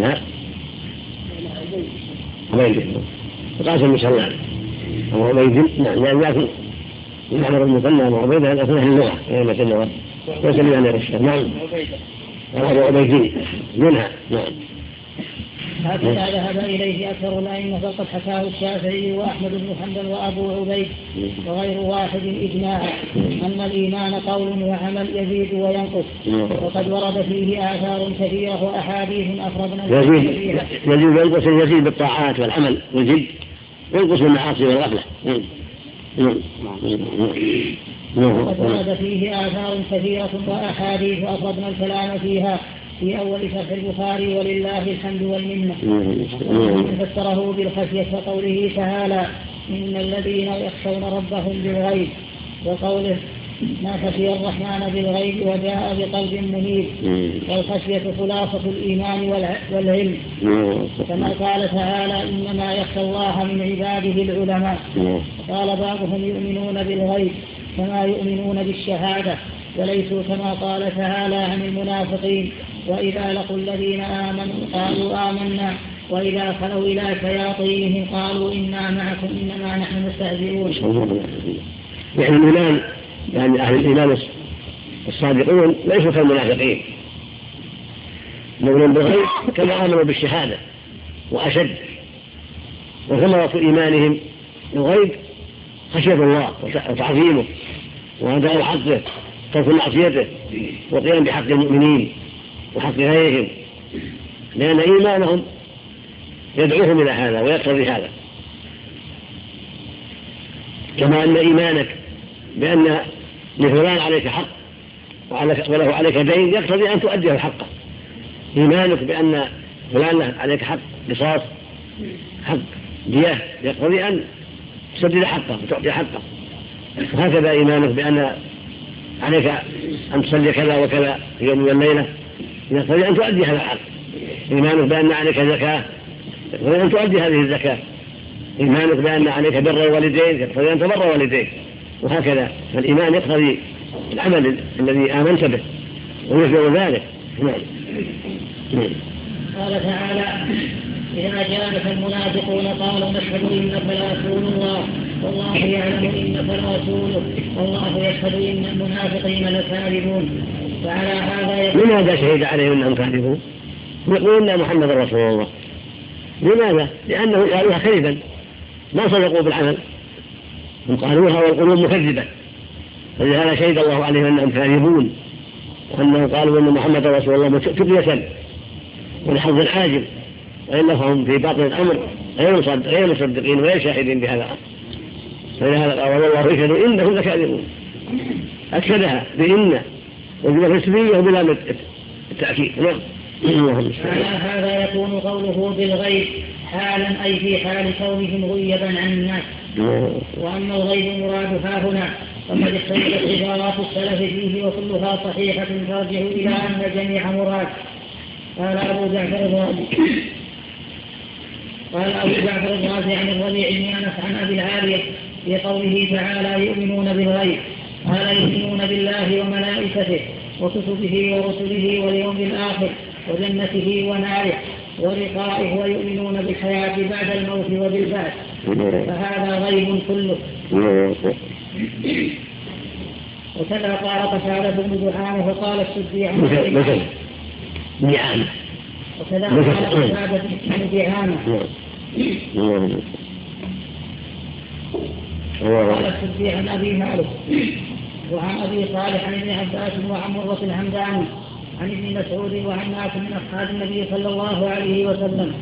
عبيدة قاسم مسلم أبو عبيد، نعم، لكن يعمر المثنى أبو عبيدة هذا أهل اللغة مثلا ويسمي عن الرشاد. نعم أبو عبيد منها. نعم. هكذا ذهب إليه أكثر الأئمة، فقد حكاه الشافعي وأحمد بن حنبل وأبو عبيد وغير واحد إجماعا أن الإيمان قول وعمل يزيد وينقص، وقد ورد فيه آثار كثيرة وأحاديث أفردنا يزيد وينقص، يزيد بالطاعات والعمل والجد، وينقص بالمعاصي والغفلة. وقد ورد فيه آثار كثيرة وأحاديث أصبنا الكلام فيها في أول شرح البخاري ولله الحمد والمنة. فسره بالخشية وقوله تعالى إن الذين يخشون ربهم بالغيب، وقوله ما خشي الرحمن بالغيب وجاء بقلب منيب، والخشية خلاصة الإيمان والعلم، كما قال تعالى إنما يخشى الله من عباده العلماء. قال بعضهم يؤمنون بالغيب كما يؤمنون بالشهادة، وليسوا كما قال تعالى عن المنافقين وإذا لقوا الذين آمنوا قالوا آمنا وإذا خلوا إلى شياطينهم قالوا إنا معكم إنما نحن مستهزئون. يعني الإيمان، يعني أهل الإيمان الصادقون ليسوا كالمنافقين، يؤمنون بالغيب كما آمنوا بالشهادة وأشد، وثمرة إيمانهم بالغيب خشية الله وتعظيمه وأداء حقه، ترك معصيته، وقيام بحق المؤمنين وحق غيرهم، لأن إيمانهم يدعوهم إلى هذا ويقتضي هذا. كما أن إيمانك بأن لفلان عليك حق وله عليك دين يقتضي أن تؤديه حقه. إيمانك بأن فلان عليك حق قصاص حق دية يقتضي أن تسدد حقه وتعطي حقه. وهكذا إيمانك بأن عليك أن تصلي كذا وكذا في يوم والليلة يقتضي أن تؤدي هذا الحق. إيمانك بأن عليك زكاة يقتضي أن تؤدي هذه الزكاة. إيمانك بأن عليك بر الوالدين يقتضي أن تبر والديك، وهكذا. فالإيمان يقتضي العمل الذي آمنت به ويشبه ذلك. قال تعالى إذا جاءك المنافقون قالوا نشهد إنك لرسول الله والله يعلم إنك لرسوله والله يشهد إن المنافقين لكاذبون. فعلى هذا لماذا شهد عليهم أنهم كاذبون؟ يقولون إن محمد رسول الله. لماذا؟ لأنه قالوها كذبا، ما صدقوا بالعمل، هم قالوها والقلوب مكذبة، فلهذا شهد الله عليهم أنهم كاذبون، وأنهم قالوا إن محمد رسول الله تقية ولحظ العاجل، وإلا فهم في باطن الأمر غير مصدقين وغير شاهدين بهذا الأمر. فلهذا قال والله يشهد إنهم لكاذبون، أكدها بإن وجملة اسمية وبلا التأكيد. على هذا يكون قوله بالغيب حالا أي في حال كونهم غيبا عن الناس. وأما الغيب مراد ها هنا فقد اختلفت عبارات السلف فيه وكلها صحيحة ترجع إلى أن جميع مراد. قال أبو جعفر الرازي عن الربيع بن أنس عن أبي العالية في قوله تعالى يؤمنون بالغيب قال يؤمنون بالله وملائكته وكتبه ورسله واليوم الآخر وجنته وناره ولقائه ويؤمنون بالحياة بعد الموت وبالبعث، فهذا غيب كله. وكذا قال قتادة بن دعامة وقال السدي عن وكذا قال قتادة بن دعامة قال السدي عن أبي مالك وعن أبي صالح عن ابن عباس وعن مرة الحمداني عن ابن مسعود وعن ناس من أصحاب النبي صلى الله عليه وسلم.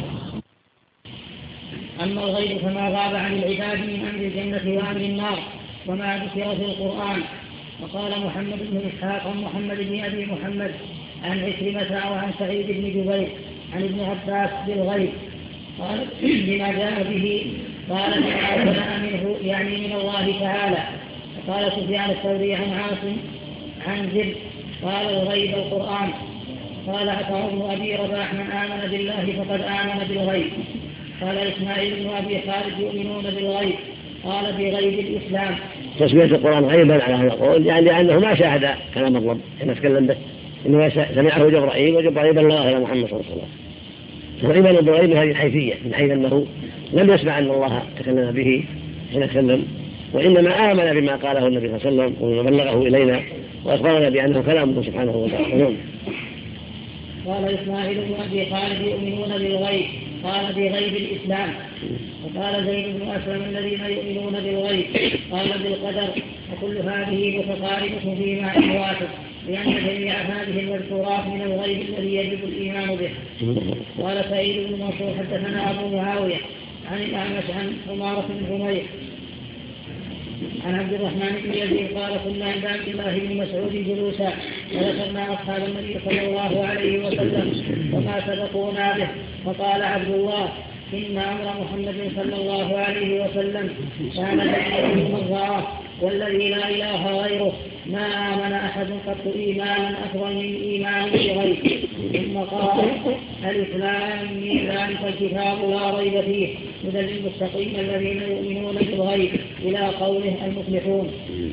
أما الغيب فما غاب عن العباد من أمر الجنة وأمر النار وما ذكر في القرآن. وقال محمد بن إسحاق عن محمد بن أبي محمد عن عكرمة وعن سعيد بن جبير عن ابن عباس بالغيب قال بما جاء به قال فآتنا منه يعني من الله تعالى. قال سفيان الثوري عن عاصم عن زر قال الغيب القرآن. قال عطاء بن أبي رباح من آمن بالله فقد آمن بالغيب. قال إسماعيل بن أبي خالد يؤمنون بالغيب قال بغيب الإسلام. تسمية القرآن غيبا على هذا القول يعني لأنه ما شاهد كلام الرب كما تكلم به، إنه سمعه جبرائيل وجبرائيل بلغه إلى محمد صلى الله عليه وسلم. فإيمان بالغيب هذه الحيثية من حيث أنه لم يسمع أن الله تكلم به حين تكلم، وإنما آمن بما قاله النبي صلى الله عليه وسلم وبلغه إلينا وأخبرنا بأنه كلامه سبحانه وتعالى. قال إسماعيل بن أبي خالد يؤمنون بالغيب قال بغيب الإسلام. وقال زيد بن أسلم الذين يؤمنون بالغيب قال بالقدر. وكل هذه متقاربة فيما يوافق لأن جميع هذه المذكورات من الغيب الذي يجب الإيمان به. قال سعيد بن منصور حدثنا أبو معاوية عن الأعمش عن عمارة بن حمير عن عبد الرحمن بن يزيد قال كنا عند عبد الله بن مسعود جلوسا فذكرنا أصحاب النبي صلى الله عليه وسلم وما سبقونا به، فقال عبد الله إن أمر محمد صلى الله عليه وسلم كان بين المرضى والذي لا إله غيره ما آمن أحد قط إيمانا أفضل من إيمان بغيره. ثم قال ألف لام ميم ذلك الكتاب لا ريب فيه هدى للمتقين الذين يؤمنون بالغيب إلى قوله المفلحون.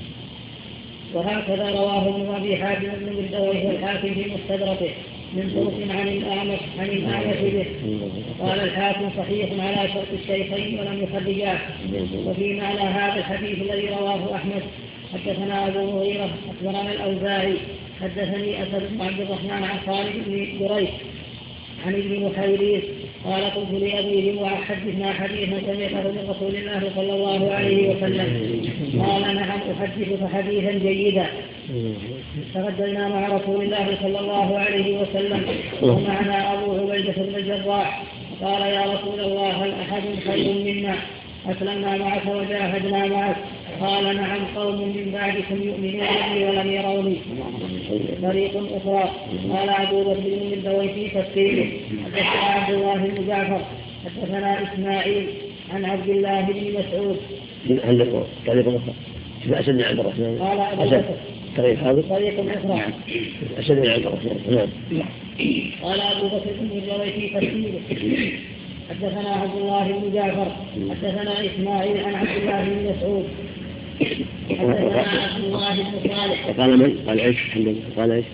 وهكذا رواه ابن أبي حاتم بن مردويه والحاكم في مستدركه من طرق عن الأعمش به. قال الحاكم صحيح على شرط الشيخين ولم يخرجاه. وفي معنى هذا الحديث الذي رواه أحمد حدثنا أبو مغيرة أخبرنا الأوزاعي حدثني أسد بن عبد الرحمن عن خالد بن جريش عن ابن محيريث قال قلت لأبي جمعة حدثنا حديثا سمعته من رسول الله صلى الله عليه وسلم قال نعم أحدثك حديثا جيدا. تغدينا مع رسول الله صلى الله عليه وسلم ومعنا أبو عبيدة بن الجراح قال يا رسول الله هل أحد خير منا أسلمنا معك وجاهدنا معك؟ قال نعم قوم من بعدكم يؤمنون بي ولم يروني. طريق أخرى قال أبو بكر بن مردويه في تفسيره حدثنا عبد الله بن جعفر حدثنا إسماعيل عن عبد الله بن مسعود. عندكم طريق أخرى أسد عند الرحمن قال أبو بكر طريق أخرى أسد عند الرحمن. قال أبو بكر بن مردويه في تفسيره حدثنا عبد الله بن جعفر حدثنا إسماعيل عن عبد الله بن مسعود حدثنا عبد الله بن صالح. وقال من؟ قال عيش قال عيش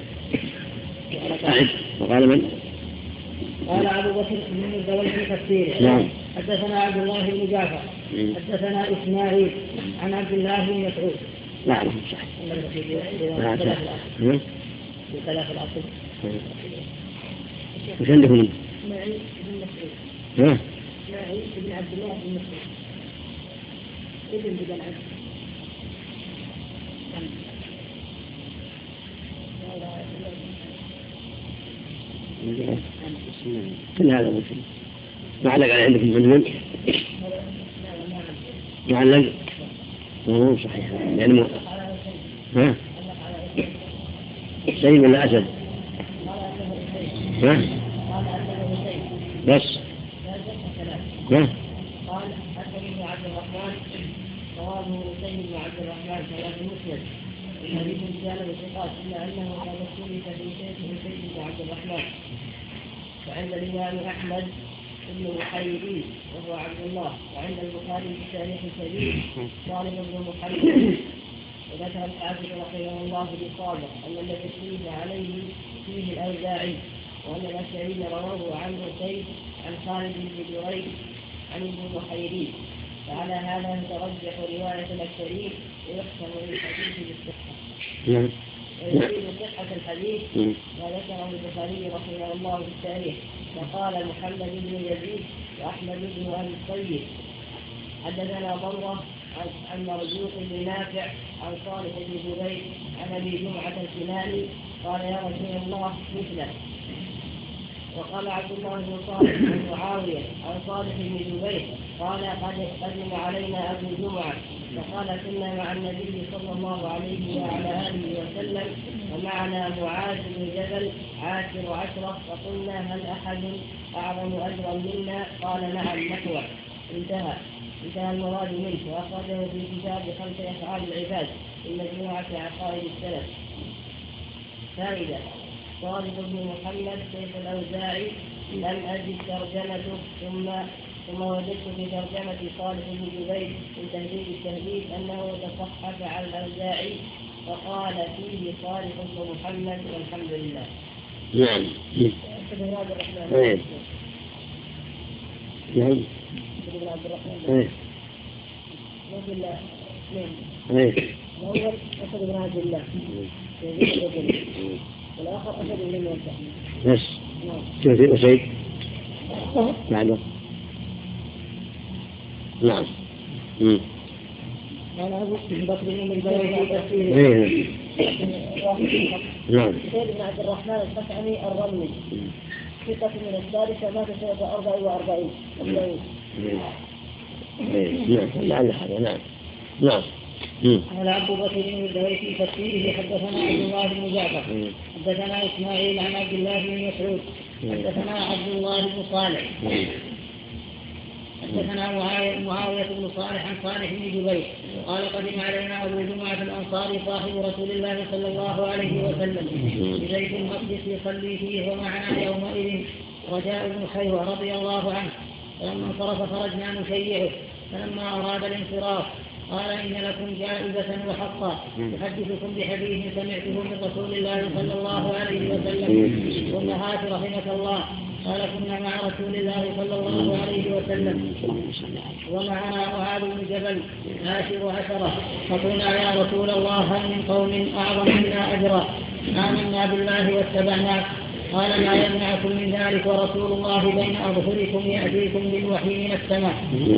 وقال من؟ قال أبو بكر بن مردويه في تفسيره حدثنا عبد الله بن جعفر حدثنا إسماعيل عن عبد الله بن مسعود. نعم صحيح. بثلاث العصر. وش عندكم؟ إسماعيل بن مسعود. إسماعيل بن عبد الله بن مسعود ابن بن عبد. كل هذا ممكن. معلق على عندك من معلق مو صحيح يعني سيد ولا أسد بس قال حدثني بن عبد الرحمن صوابه سيد بن عبد الرحمن كلام مسلم الحديث كان بثقات الا انه قد اختلف في شيخه سيد بن عبد الرحمن. وعند الامام احمد بن محيريث وهو عبد الله. وعند البخاري في تاريخ الكبير صالح بن محيريث. وذكر الحافظ رحمه الله بصالح ان الذي اختلف عليه فيه الاوزاعي وان الاشعري رواه عن سيد عن خالد بن جريش عن ابن محيريث. فعلى هذا ترجح رواية الأكثرين ويحكم للحديث بالصحة. ويزيد صحة الحديث ما ذكره البخاري رحمه الله في التاريخ. فقال محمد بن يزيد وأحمد بن أبي الطيب حدثنا ضمرة عن مرزوق بن نافع عن صالح بن جبير عن أبي جمعة الكناني قال يا رسول الله مثله. وقال عبد الله بن صالح بن معاوية عن صالح بن جبير قال قد قدم علينا أبو جمعة فقال كنا مع النبي صلى الله عليه وعلى آله وسلم ومعنا معاذ بن جبل عاشر عشرة فقلنا هل أحد أعظم أجرا منا؟ قال نعم نحوه. انتهى المراد منه. وأخرجه في كتاب 5 أفعال العباد في مجموعة عقائد السلف. فائدة صالح بن محمد شيخ الأوزاعي لم أجد ترجمته ثم وجدت في ترجمة صالح بن جبير من تهذيب التهذيب أنه تصحف على الأوزاعي فقال فيه صالح بن محمد والحمد لله. نعم. نعم. الأول أسد بن عبد الله والآخر أسد بن موسى. بس. وسيد. بعده. نعم. قال أبو بكر بن مردويه في تفسيره. نعم. سيد بن عبد الرحمن الخشعمي الرملي ثقة من الثالثة مات سنة 44. نعم. لعل هذا. نعم. قال عبد بكر بن الدويش في تفسيره حدثنا عبد الله بن جعفر حدثنا اسماعيل عن عبد الله بن مسعود حدثنا عبد الله بن صالح حدثنا معاوية بن صالح عن صالح بن جبير قال قدم علينا أبو جمعة الأنصاري صاحب رسول الله صلى الله عليه وسلم ببيت المقدس يصلي فيه ومعنا يومئذ رجاء بن خيوة رضي الله عنه فلما انصرف خرجنا نشيعه فلما أراد الانصراف قال إن لكم جائزة وحقا يحدثكم بحديث سمعته من رسول الله صلى الله عليه وسلم والنهات رحمك الله قال كنا مع رسول الله صلى الله عليه وسلم ومعنا معاذ بن جبل 10 فقلنا يا رسول الله هل من قوم أعظم منا أجرا آمنا بالله واتبعناك قال ما يمنعكم من ذلك ورسول الله بين أظهركم يأتيكم بالوحي من السماء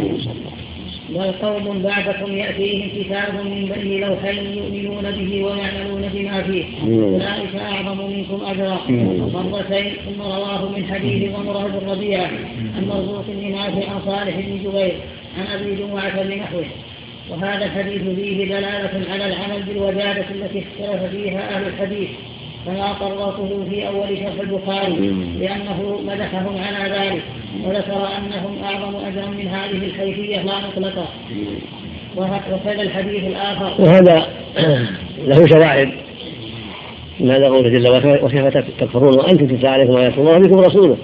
بل قوم بعدكم يأتيهم كتاب من بين لوحين يؤمنون به ويعملون بما فيه أولئك أعظم منكم أجرا مرتين ثم رواه من حديث ضمرة بن ربيعة عن مرزوق بن نافع عن صالح بن جبير عن أبي جمعة بنحوه. وهذا الحديث فيه دلالة على العمل بالوجادة التي اختلف فيها أهل الحديث كما قررته في أول شرح البخاري لأنه مدحهم على ذلك وذكر أنهم أعظم أجرا من هذه الحيثية لا مطلقة. وكذا الحديث الآخر وهذا له شواهد من هذا قوله جل وعلا وكيف تكفرون وأنتم تتلى عليكم آيات الله وفيكم رسوله،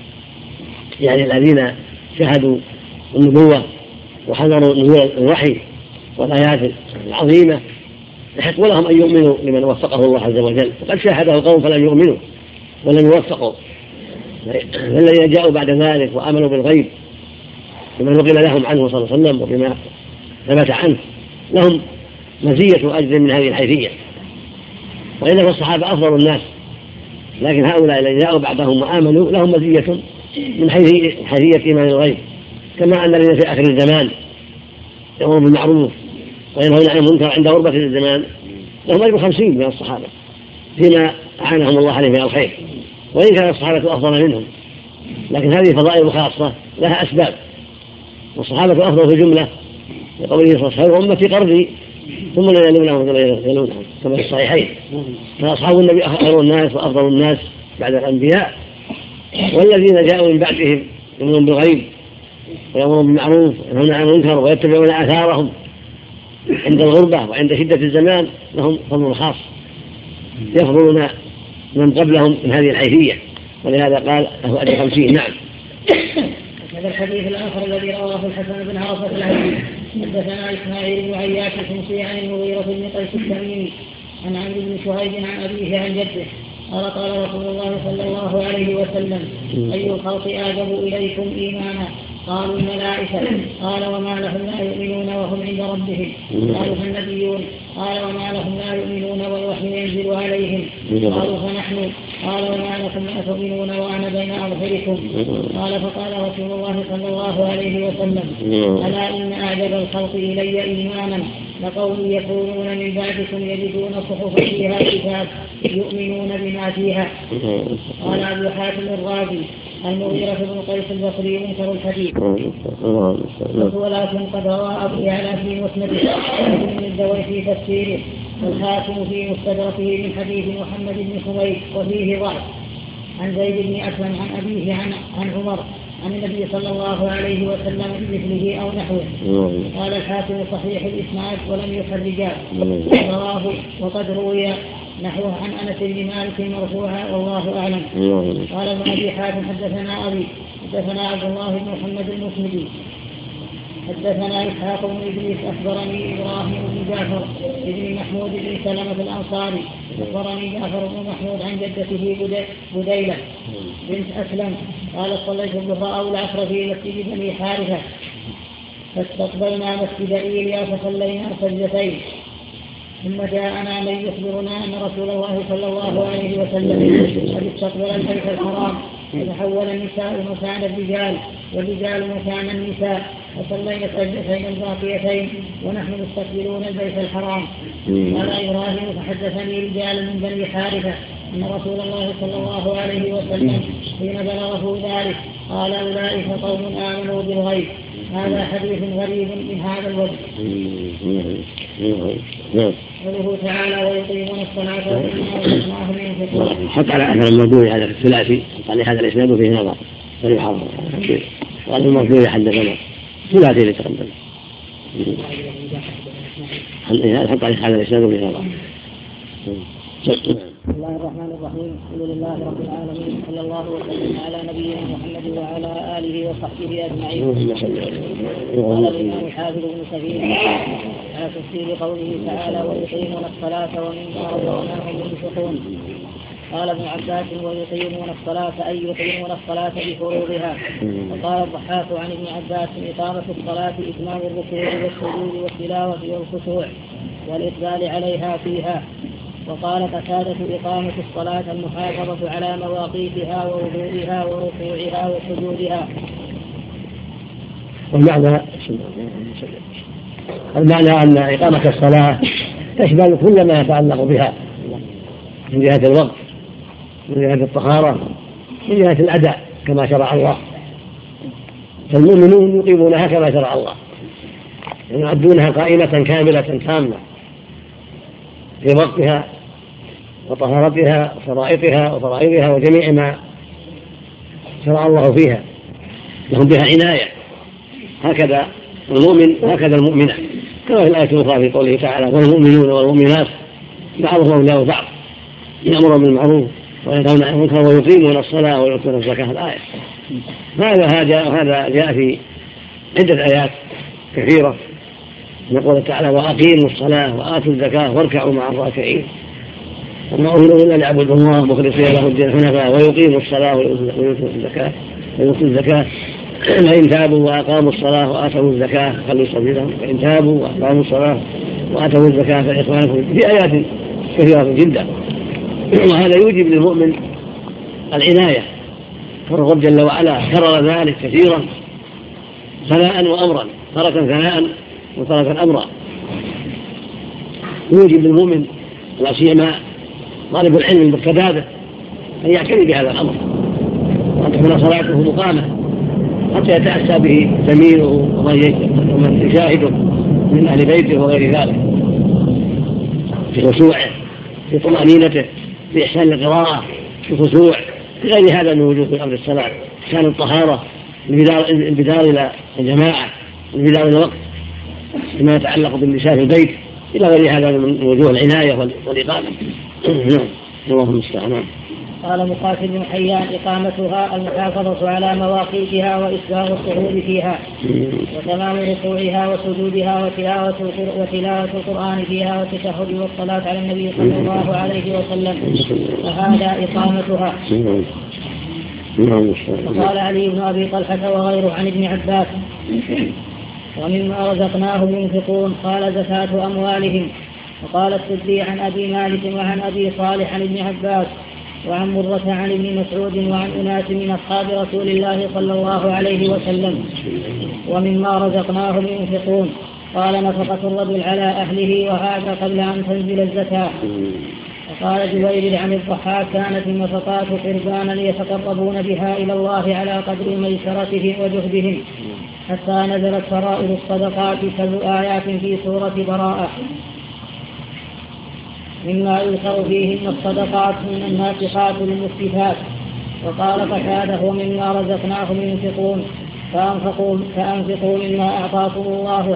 يعني الذين شهدوا النبوة وحذروا نزول الوحي والآيات العظيمة يحق لهم أن يؤمنوا لمن وفقه الله عز وجل، وقد شاهده قوم فلم يؤمنوا ولم يوفقوا، فالذين جاءوا بعد ذلك وآمنوا بالغيب بما نقل لهم عنه صلى الله عليه وسلم وبما ثبت عنه لهم مزية وأجر من هذه الحيثية. وإلا فالصحابة أفضل الناس، لكن هؤلاء الذين جاءوا بعدهم وآمنوا لهم مزية من حيثية إيمان الغيب، كما أن الذين في آخر الزمان يأمرون بالمعروف وينهون عن المنكر عند غربة الزمان لهم أجر 50 من الصحابة فيما أعانهم الله عليه من الخير، وإن كان الصحابة أفضل منهم، لكن هذه فضائل خاصة لها أسباب. والصحابة أفضل في الجملة لقوله صلى الله عليه وسلم أمتي قرني ثم لا يلونهم كما في الصحيحين، فأصحاب النبي خير الناس وأفضل الناس بعد الأنبياء، والذين جاءوا من بعدهم يؤمنون بالغيب ويأمرون بالمعروف وينهون عن المنكر ويتبعون آثارهم عند الغربة وعند شدة الزمان لهم فضل خاص يفضلون من قبلهم من هذه الحيثية، ولهذا قال له أجر 50. نعم. هذا الحديث الآخر الذي رواه الحسن بن عرفة العزيز حدثنا إسماعيل بن عياش الحمصي عن المغيرة بن قيس التميمي عن عمرو بن شهيد عن أبيه عن جده قال قال رسول الله صلى الله عليه وسلم أي الخلق أعجب إليكم إيمانا؟ قالوا الملائكة. قال وما لهم لا يؤمنون وهم عند ربهم؟ قالوا فالنبيون. قال وما لهم لا يؤمنون والوحي ينزل عليهم؟ قالوا فنحن. قال وما لكم لا تؤمنون وأنا بين أظهركم؟ قال فقال رسول الله صلى الله عليه وسلم ألا إن أعجب الخلق إلي إيمانا لقوم يكونون من بعدكم يجدون صحفا فيها كتاب يؤمنون بما فيها. قال أبو حاتم الرازي المغيرة بن قيس البصري منكر الحديث ولكن قد روى أبو يعلى في مسنده وابن الدوي في تفسيره والحاكم في مستدركه من حديث محمد بن حميد وفيه ضعف عن زيد بن أسلم عن أبيه عن عمر عن النبي صلى الله عليه وسلم بمثله أو نحوه. قال الحاكم صحيح الإسناد ولم يخرجاه رواه وقد روي نحوه عن أنس بن مالك مرفوعا والله أعلم. قال ابن أبي حاتم حدثنا أبي حدثنا عبد الله بن محمد المسندي حدثنا إسحاق بن إدريس أخبرني إبراهيم بن جعفر بن محمود بن سلمة الأنصاري أخبرني جعفر بن محمود عن جدته بديلة بنت أسلم قال صليت الظهر أو العصر في مسجد بني حارثة فاستقبلنا مسجد إيليا فصلينا سجدتين ثم جاءنا من يخبرنا أن رسول الله صلى الله عليه وسلم قد استقبل البيت الحرام فتحول النساء مكان الرجال والرجال مكان النساء وصلينا السجدتين الباقيتين ونحن مستقبلون البيت الحرام. قال إبراهيم فحدثني رجال من بني حارثة أن رسول الله صلى الله عليه وسلم حين بلغه ذلك قال أولئك قوم آمنوا بالغيب. هذا حديث غريب من هذا الوجه. قوله تعالى ويقيمون الصلاة ومما رزقناهم ينفقون. حط على أثر المرفوع هذا الثلاثي قال هذا الإسناد فيه نظر فليحرم. قال المرفوع حدثنا ثلاثي اللي تقدم. حط على هذا الإسناد فيه نظر. بسم الله الرحمن الرحيم. الحمد لله رب العالمين صلى الله وسلم على نبينا محمد وعلى آله وصحبه أجمعين. قال الإمام الحافظ ابن كثير على تفسير قوله تعالى ويقيمون الصلاة ومما رزقناهم ينفقون. قال ابن عباس ويقيمون الصلاة أي يقيمون الصلاة بفروضها. وقال الضحاك عن ابن عباس إقامة الصلاة إتمام الركوع والسجود والتلاوة والخشوع والإقبال عليها فيها. وقال قتادة إقامة الصلاة المحافظة على مواقيتها ووضوئها وركوعها وسجودها. المعنى أن إقامة الصلاة تشمل كل ما يتعلق بها من جهة الوقت، من جهة الطهارة، من جهة الأداء كما شرع الله. فالمؤمنون يقيمونها كما شرع الله، يؤدونها قائمة كاملة تامة في وقتها وطهارتها وشرائطها وفرائضها وجميع ما شرع الله فيها، لهم بها عناية. هكذا المؤمن هكذا المؤمنة، كما في الآية الأخرى في قوله تعالى والمؤمنون والمؤمنات بعضهم أولياء بعض يأمرون بالمعروف وينهون عن المنكر ويقيمون الصلاة ويؤتون الزكاة. الآية هذا جاء في عدة آيات كثيرة. يقول تعالى وأقيموا الصلاة وآتوا الزكاة واركعوا مع الراكعين. وما أمروا إلا ليعبدوا الله مخلصين له الدين حنفاء ويقيموا الصلاة ويؤتوا الزكاة فإن تابوا وأقاموا الصلاة وآتوا الزكاة خلوا سبيلهم فإن تابوا وأقاموا الصلاة وآتوا الزكاة فإخوانكم. في آيات كثيرة جدا، وهذا يوجب للمؤمن العناية. فالرب جل وعلا كرر ذلك كثيرا ثناء وأمرا، ترة ثناء وترة أمرا. يوجب للمؤمن لا سيما طالب العلم بالكتابة أن يعتني بهذا الأمر وأن تكون صلاته مقامة حتى يتأسى به زميله ومن يشاهده من أهل بيته وغير ذلك، في خشوعه، في طمأنينته، في إحسان القراءة، في خشوع، في غير هذا من وجوب أمر الصلاة، إحسان الطهارة، البدار إلى الجماعة، البدار إلى الوقت، فيما يتعلق بالنساء في البيت إلى غير هذا من وجوه العناية والإقامة. اللهم المستعان. قال مقاتل بن حيان إقامتها المحافظة على مواقيتها وإسباغ الصعود فيها وتمام ركوعها وسجودها وتلاوة القرآن فيها والتشهد والصلاة على النبي صلى الله عليه وسلم، فهذا إقامتها. وقال علي بن أبي طلحة وغيره عن ابن عباس ومما رزقناهم ينفقون قال زكاة أموالهم. وقال السدي عن أبي مالك وعن أبي صالح عن ابن عباس وعن مرة عن ابن مسعود وعن أناس من أصحاب رسول الله صلى الله عليه وسلم ومما رزقناهم ينفقون. قال نفقة الرجل على أهله وهذا قبل أن تنزل الزكاة. وقال جبير عن الضحاك كانت النفقات قربانا يتقربون بها إلى الله على قدر ميسرتهم وجهدهم حتى نزلت فرائض الصدقات 7 آيات في سورة براءة مما يذكر فيهن الصدقات من الناسخات المفتتات. وقال قتادة ومما رزقناهم ينفقون فأنفقوا مما أعطاكم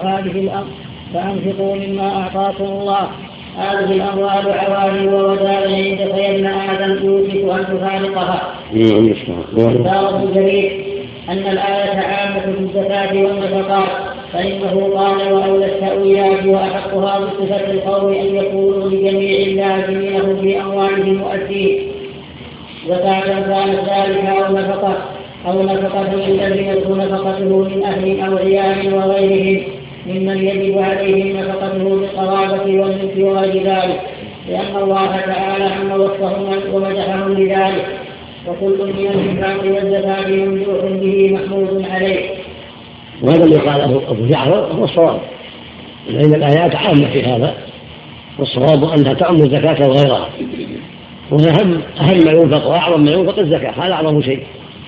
الله هذه الأموال عوالي وودائع فإن آدم يوشك أن تفارقها. وقال الجليل أن الآية عامة في الزكاة والنفقات، فإنه قال وأولى التأويلات وأحقها بصفة القول أن يكونوا لجميع اللازمين في أموالهم مؤدين زكاة كانت ذلك أو نفقة الذي يكون نفقته من أهل أو عيال وغيرهم ممن يجب عليهم نفقته بالقرابة والملك وغير ذلك، لأن الله تعالى عم وصفهم ومدحهم لذلك. وكل من الإنفاق والزكاة ممدوح به محمود عليه. وهذا اللي قاله أبو جعفر هو الصواب، لأن الآيات عامة في هذا، والصواب أنها تعم الزكاة وغيرها، وأهم ما ينفق وأعظم ما ينفق الزكاة، هذا أعظم شيء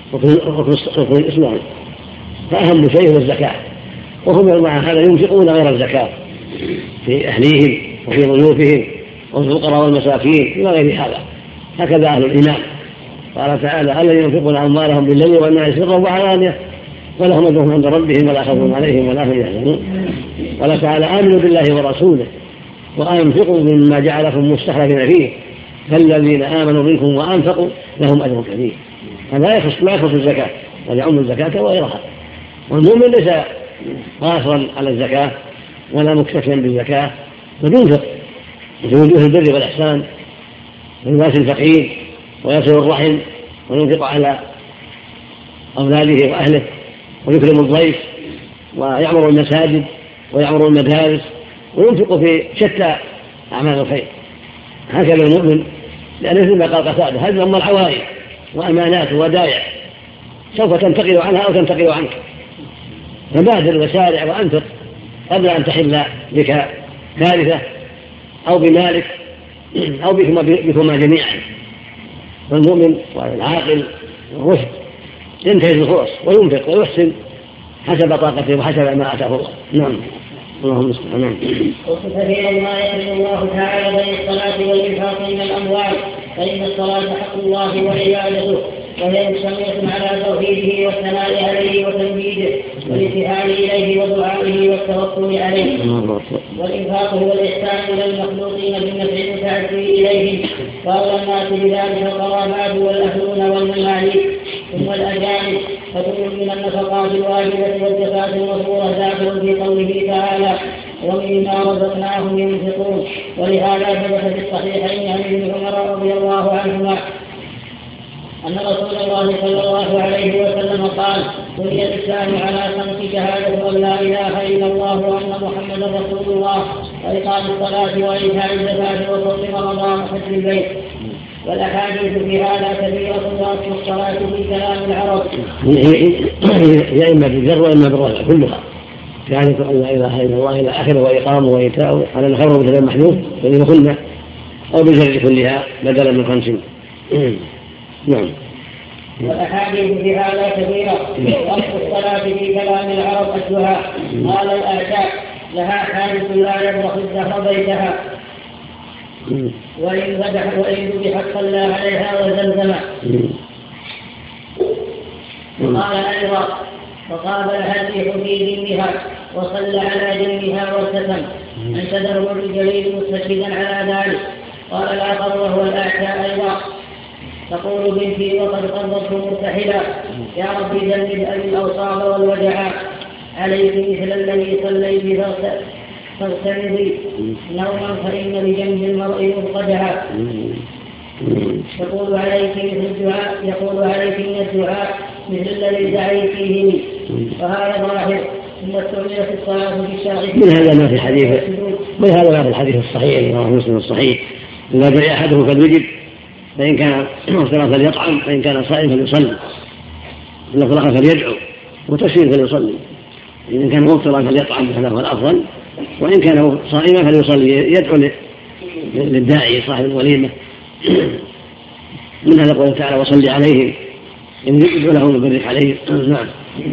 ركن الإسلام، فأهم شيء هو الزكاة. وهم مع هذا ينفقون غير الزكاة في أهليهم وفي ضيوفهم وفي الفقراء والمساكين إلى غير هذا. هكذا أهل الإيمان. قال تعالى: الذين ينفقون أموالهم بالليل والنهار سرا وعلانية ولهم أجرهم عند ربهم ولا خوف عليهم ولا هم يحزنون. قال تعالى: آمنوا بالله ورسوله وأنفقوا مما جعلكم مستخلفين فيه فالذين آمنوا منكم وأنفقوا لهم أجر كبير. هذا لا يخص الزكاة بل يعم الزكاة وغيرها. والمؤمن ليس قاصرا على الزكاة ولا مكتفيا بالزكاة، بل ينفق في وجوه البر والإحسان ويواسي الفقير ويصل الرحم وينفق على أولاده وأهله ويكرم الضيف ويعمر المساجد ويعمر المدارس وينفق في شتى أعمال الخير. هكذا المؤمن، لأنه مثل ما قال قتادة: هذه أموال عوائد وأمانات وودائع سوف تنتقل عنها أو تنتقل عنك، فبادر وسارع وأنفق قبل أن تحل بك كارثة أو بمالك أو بكما جميعا. والمؤمن والعاقل والرشد ينتهز الفرص وينفق ويحسن حسب طاقته وحسب ما آتاه الله. نعم. اللهم المستعان. نعم. وكثيرا ما يحرم الله تعالى بين الصلاة والإنفاق من الأموال، فإن الصلاة حق الله وعبادته، وهي مشتملة على توحيده والثناء عليه وتمجيده والانتهاء إليه ودعائه والتوكل عليه. والإنفاق هو الإحسان إلى المخلوقين بالنفع المتعدي إليهم، فأولى الناس بذلك القرابات والأهلون والمماليك ثم الأجانب، فكل من النفقات الواجبة والزكاة المذكورة داخل في قوله تعالى: ومما رزقناهم ينفقون. ولهذا ثبت في الصحيحين عن ابن عمر رضي الله عنهما أن رسول الله صلى الله عليه وسلم قال: بني الإسلام على 5 شهادة أن لا إله إلا الله وأن محمدا رسول الله وإقام الصلاة وإيتاء الزكاة وصوم رمضان وحج البيت. والأحاديث في هذا كثيرة، وأصل الصلاة في كلام العرب هي إما بالجر وإما بالرفع كلها، شهادة أن لا إله إلا الله إلى آخره وإقامه وإيتاء على الخبر مثل محذوف فإن كنا أو بالجر كلها بدلا من 5. نعم. والأحاديث في هذا كثيرة، وأصل الصلاة في كلام العرب الدعاء. قال الأعداء: لها حادث لا يبرح الدهر بيتها، وإن ذبح صلى عليها وزمزم. وقال أيضا: وقابل الريح في دينها وصلى على دينها وارتسم، انتظره الجليل مستشهدا على ذلك. قال الآخر وهو الأعداء أيضا: تقول بنتي وقد قرضت مرتحلا: يا رب جنب أبي الأوصاب والوجعاء، عليك مثل الذي صليت فاغتنبي نوما فإن بجنب المرء مضطجعا. يقول عليك من الدعاء مثل الذي دعيت فيه، وهذا ظاهر. ثم استعملت الصلاة في الشرع. من هذا ما في الحديث الصحيح رواه مسلم الصحيح: إذا دعي أحدهم فليجب، فإن كان مفترضا فليطعم، فإن كان صائم فليصلي، إن فرغ فليدعو، وتسير فليصلي. إن كان مفترضا فليطعم، هذا هو الأفضل، وإن كان صائما فليصلي، يدعو للداعي صاحب الوليمة. من هذا قوله تعالى: وصلي عليهم، إن يدعو له ويبرك عليه. نعم.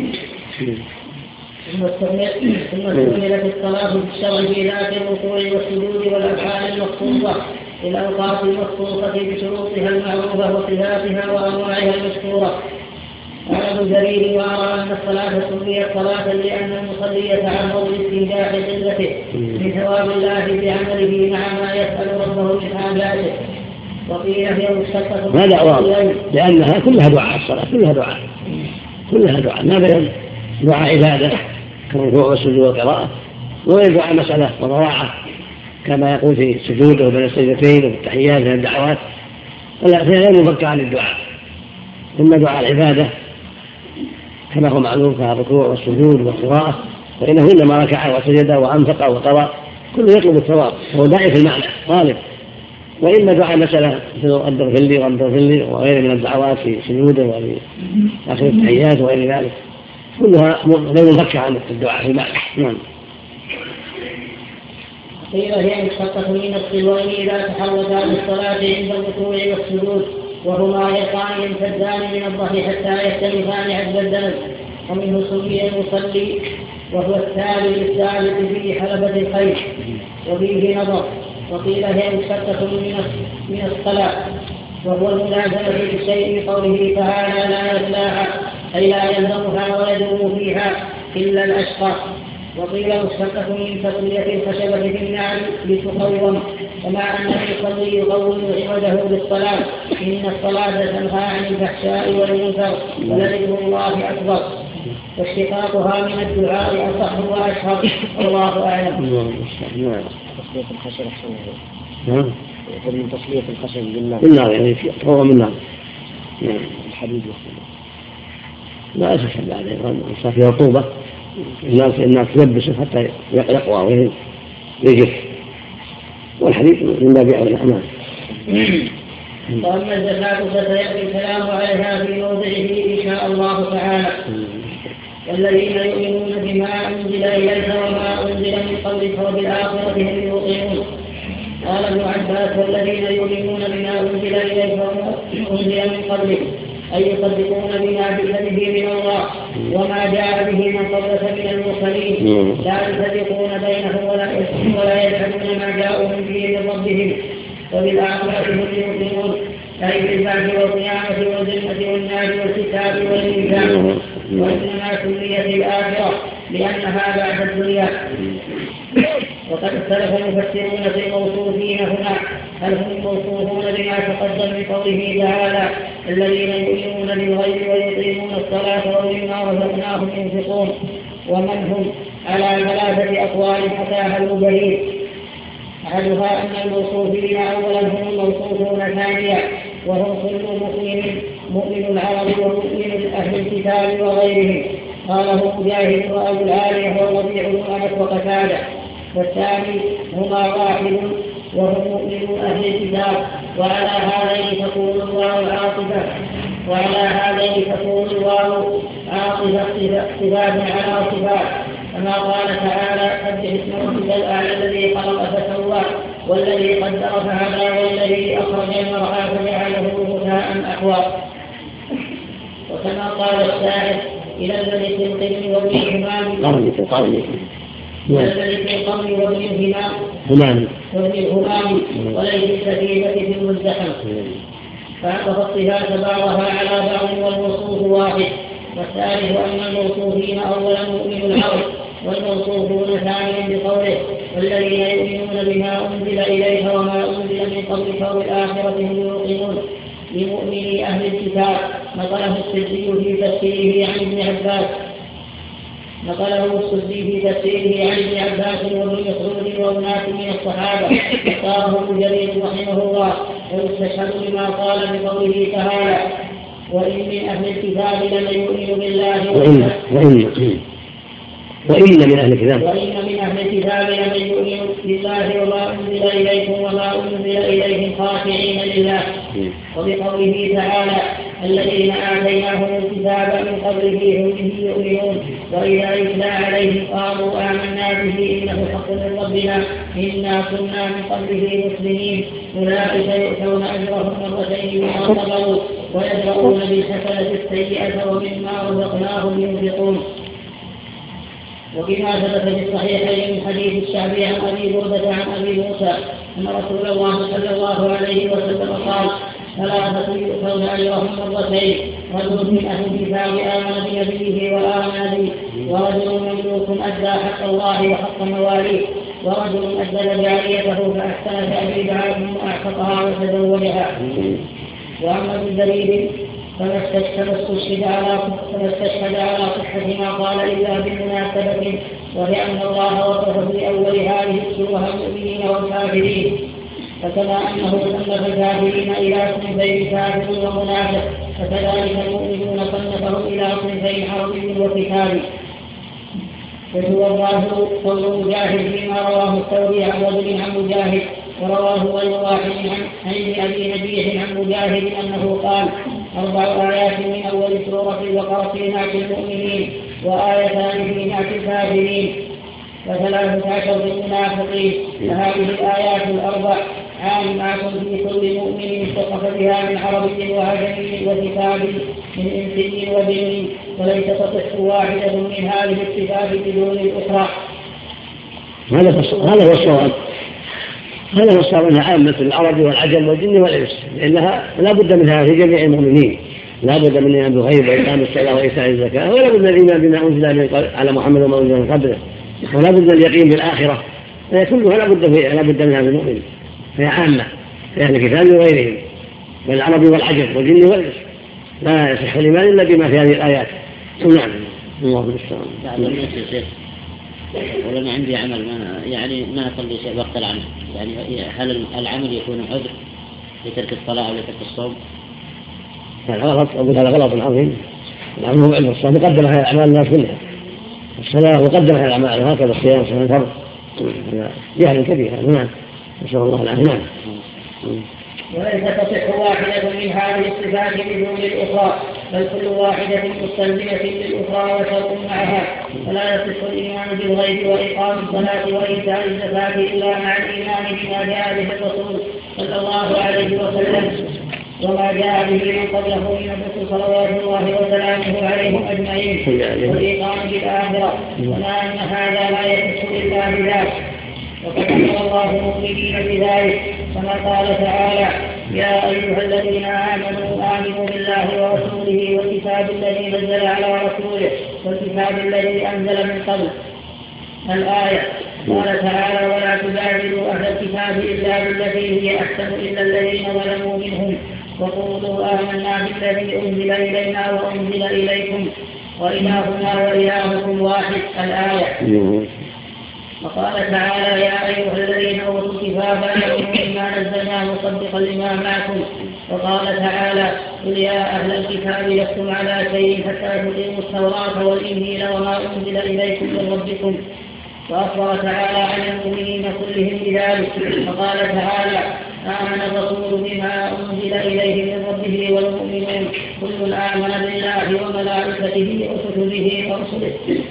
ثم استعملت الصلاة في الشرع في ذات الركوع والسجود والأفعال المخصوصة في الأوقات المخصوصة بشروطها المعروفة وصفاتها وأنواعها المشهورة. قال ابن جرير: وأرى أن الصلاة سميت صلاة لأن المصلي يتعرض لاستنجاح قلته من ثواب الله بعمله مع ما يسأل ربه من حاجاته. وقيل هي مشتقة هذا واضح، لأنها كلها دعاء. الصلاة كلها دعاء، ما بين دعاء عبادة كالركوع والسجود والقراءة، وغير دعاء مسألة وضراعة كما يقول في السجود وبين السجدتين وفي التحيات من الدعوات. ولا غير مفكر عن الدعاء، إما دعاء العبادة كما هو معلوم كالركوع والسجود والقراءة، فإنه إنما ركع وسجد وأنفق وقرأ كله يطلب الثواب، هو داعي في المعنى طالب. وإما دعاء مسألة مثل رب اغفر لي رب اغفر لي وغيره من الدعوات في سجوده وفي آخر التحيات وغير ذلك، كلها غير مفكر عن الدعاء في المعنى. نعم. قيل هي مشتقة من الصلوين إذا تحركا بالصلاة عند الركوع والسجود، وهما يقعان يمتدان من الظهر حتى يختلفان عند الدم، ومنه سمي المصلي وهو التالي للثابت في حلبة الخيل، وفيه نظر. وقيل هي مشتقة من الصلاة وهو الملازمة بالشيء بقوله تعالى لا يصلاها أي لا يلزمها ويدوم فيها إلا الأشقى. وقيل مشتقة من تقوية الخشبة بالنار لتقوم، كما أن المصلي يقوم عوده بالصلاة، إن الصلاة تنهى عن الفحشاء والمنكر ولذكر الله أكبر، واشتقاقها من الدعاء أصح وأشهر، والله أعلم. تصلية الخشب يقول من تصلية الخشب بالنار يعني هو من النار الحديد لا أسف بعد صار فيها رطوبة الناس تلبسه حتى يقوى ويجف، والحديث من باب أولى. نعم. وأما الزكاة فسيأتي الكلام عليها في موضعه إن شاء الله تعالى. والذين يؤمنون بما أنزل إليك وما أنزل من قبلك وبالآخرة هم يوقنون. قال ابن عباس والذين يؤمنون بما أنزل إليك وما أنزل من قبلك أي يصدقون بما جئت به من الله وما جاء به من قبلك من المرسلين، لا يفرقون بينه ولا يجحدون ما جاءوا به من ربهم، وبالآخرة هم يؤمنون أي بالبعث والقيامة والجنة والنار والكتاب والميزان. وإنما سميت الآخرة لأنها بعد الدنيا. وقد اختلف المفسرون في الموصوفين هنا، هل هم الموصوفون بما تقدم بقوله تعالى الذين يؤمنون بالغيب ويقيمون الصلاة ومما رزقناهم ينفقون، ومن هم على ثلاثة أقوال حكاها المبين. أحدها أن الموصوفين أولا هم الموصوفون ثانيا، وهم كل مؤمن العرب ومؤمن أهل الكتاب وغيرهم. قاله مجاهد وأبو العالية والربيع بن أنس وقتادة. والثاني هما واحد وهم مؤمن أهل الكتاب، وعلى هذين تكون الواو عاطفة صفات على صفات، كما قال تعالى سبح اسم ربك الأعلى الذي خلق فسوى والذي قدر فهدى والذي أخرج المرعى فجعله غثاء أحوى. وكما قال الشاعر إلى الذي في القرن وابن الهمام وليس السفينة في المزدحم، فعطف الصفات بعضها على بعض والموصوف واحد. والثالث أن الموصوفين أولا مؤمن العرب والموصوفون ثانيا بقوله والذين يؤمنون بما أنزل إليك وما أنزل من قبلك وبالآخرة هم يوقنون لمؤمني أهل الكتاب. نقله السدي في تفسيره عن ابن عباس وابن مسعود وأناس من الصحابة، اختاره ابن جرير رحمه الله، ويستشهد بما قال بقوله تعالى وإن من أهل الكتاب لمن يؤمن بالله وإن من أهل الكتاب لمن يؤمن بالله وما أنزل إليكم وما أنزل إليهم خاشعين لله. وبقوله تعالى الذين آتيناهم الكتاب من قبله هم به يؤمنون وإذا يتلى عليهم قالوا آمنا به إنه حق من ربنا إنا كنا من قبله مسلمين. أولئك يؤتون أجرهم مرتين بما صبروا ويدرؤون بالحسنة السيئة ومما رزقناهم ينفقون. وبما ثبت في الصحيحين من حديث الشعبي عن أبي بردة عن أبي موسى أن رسول الله صلى الله عليه وسلم قال ثلاثة يؤتون أجرهم مرتين رجل من أهل الكتاب آمن بنبيه وآمن به، ورجل مملوك أدى حق الله وحق مواليه، ورجل أدى جاريته فأحسن تأديبها ثم أعتقها وتزوجها. وأما ابن جرير فما استشهد على صحة ما قال إلا بالمناسبة، ولأن الله وصف في أول هذه السورة المؤمنين والكافرين، فكما أنه صنف الكافرين إلى صنفين كافر ومنافق، فكذلك المؤمنون صنفهم إلى صنفين عربي وكتابي. وهو الظاهر قول مجاهد فيما رواه الثوري عن رجل عن مجاهد، ورواه غير واحد عن ابن أبي نجيح عن مجاهد أنه قال 4 آيات من أول سورة البقرة في نعت المؤمنين وآيتان في نعت الكافرين. و13 في المنافقين. فهذه الآيات الأربع عامة في كل مؤمن استوقف بها من عربي وعجمي وكتاب من إنسي وجن، وليس تصح واحدة من هذه الصفات بدون الأخرى. هذا هو الصواب. أنها عامة العرب والعجم والجن والإنس، لأنها لا بد منها في جميع المؤمنين، لا بد من الإيمان بالغيب وإقام الصلاة وإيتاء الزكاة، ولا بد من الإيمان بما أنزل على محمد وما أنزل من قبله، ولا بد من اليقين بالآخرة. فهي كلها لا بد منها في المؤمن، فهي عامة في أهل الكتاب وغيرهم من العرب والعجم والجن والإنس، لا يصح الإيمان إلا بما في هذه الآيات. نعم. الله بالله. ولما عندي عمل ما أصلي شيء وقت العمل، يعني هل العمل يكون عذر لترك الصلاة أو لترك الصوم؟ هذا غلط، أقول هذا غلط عظيم. العمل هو علم الصلاة مقدمة على الأعمال الناس كلها، الصلاة مقدمة على الأعمال، هكذا الصيام صلاة الفرض جهل كبير. نعم. نسأل الله العافية. نعم. وليس تصح واحدة من هذه الصفات بدون الأخرى، بل كل واحدة مستلزمة للأخرى وشرط معها، فلا يصح الإيمان بالغيب وإقام الصلاة وإيتاء الزكاة إلا مع الإيمان بما جاء به الرسول صلى الله عليه وسلم وما جاء به من قبله من الرسل صلوات الله وسلامه عليهم أجمعين، والإيمان بالآخرة، وما أن هذا لا يصح إلا بذلك. وقد أمر الله المؤمنين بذلك كما قال تعالى: يا أيها الذين آمنوا بالله ورسوله والكتاب الذي نزل على رسوله والكتاب الذي أنزل من قبل. الآية. قال تعالى: ولا تجادلوا أهل الكتاب إلا بالتي هي أحسن إلا الذين ظلموا منهم وقولوا آمنا بالذي أنزل إلينا وأنزل إليكم وإلهنا وإلهكم واحد. الآية. وقال تعالى: يا أيها الذين أوتوا الكتاب آمنوا بما نزلنا مصدقا لما معكم. وقال تعالى: قل يا أهل الكتاب لستم على شيء حتى تقيموا التوراة والإنجيل وما أنزل إليكم من ربكم. وأخبر تعالى عن المؤمنين كلهم بذلك، وقال تعالى: آمن الرسول بما أنزل إليه من ربه والمؤمنون كل آمن بالله وملائكته وكتبه ورسله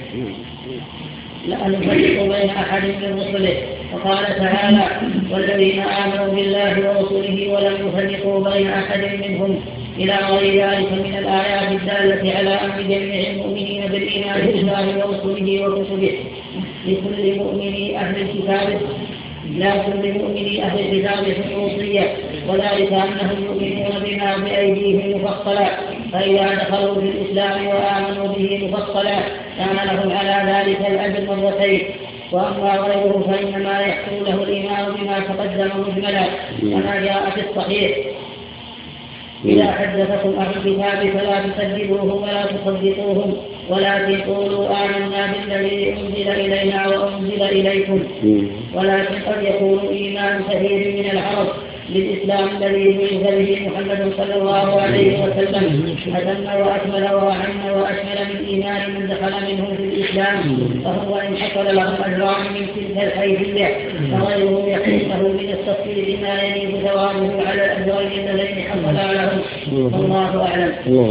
لا نفرق بين أحد من رسله. وقال تعالى: والذين آمنوا بالله ورسله ولم يفرقوا بين أحد منهم، إلى غير ذلك من الآيات الدالة على أمر جميع المؤمنين بالإيمان بالله ورسله وكتبه لكل مؤمن أهل الكتاب، لا كل مؤمن أهل الكتاب خصوصية، وذلك أنهم يؤمنون بما بأيديهم مفصلا، فإذا دخلوا في الإسلام وآمنوا به مفصلا كان لهم على ذلك الأجر مرتين. وأما غيره فإنما يحصل له الإيمان بما تقدم مجملا كما جاء في الصحيح: إذا حدثكم أهل الكتاب فلا تصدقوهم ولا تصدقوهم ولكن قولوا آمنا بالذي أنزل إلينا وأنزل إليكم. ولكن قد يكون إيمان كثير من العرب بالإسلام الذي بعث به محمد صلى الله عليه وسلم أتم وأكمل وأعم وأشمل من إيمان من دخل منهم في الإسلام، فهو إن حصل لهم أجران من تلك الحيثية فغيره يحسنه من التفصيل ما يجب ثوابه على الأجرين الذين حصل لهم. والله أعلم.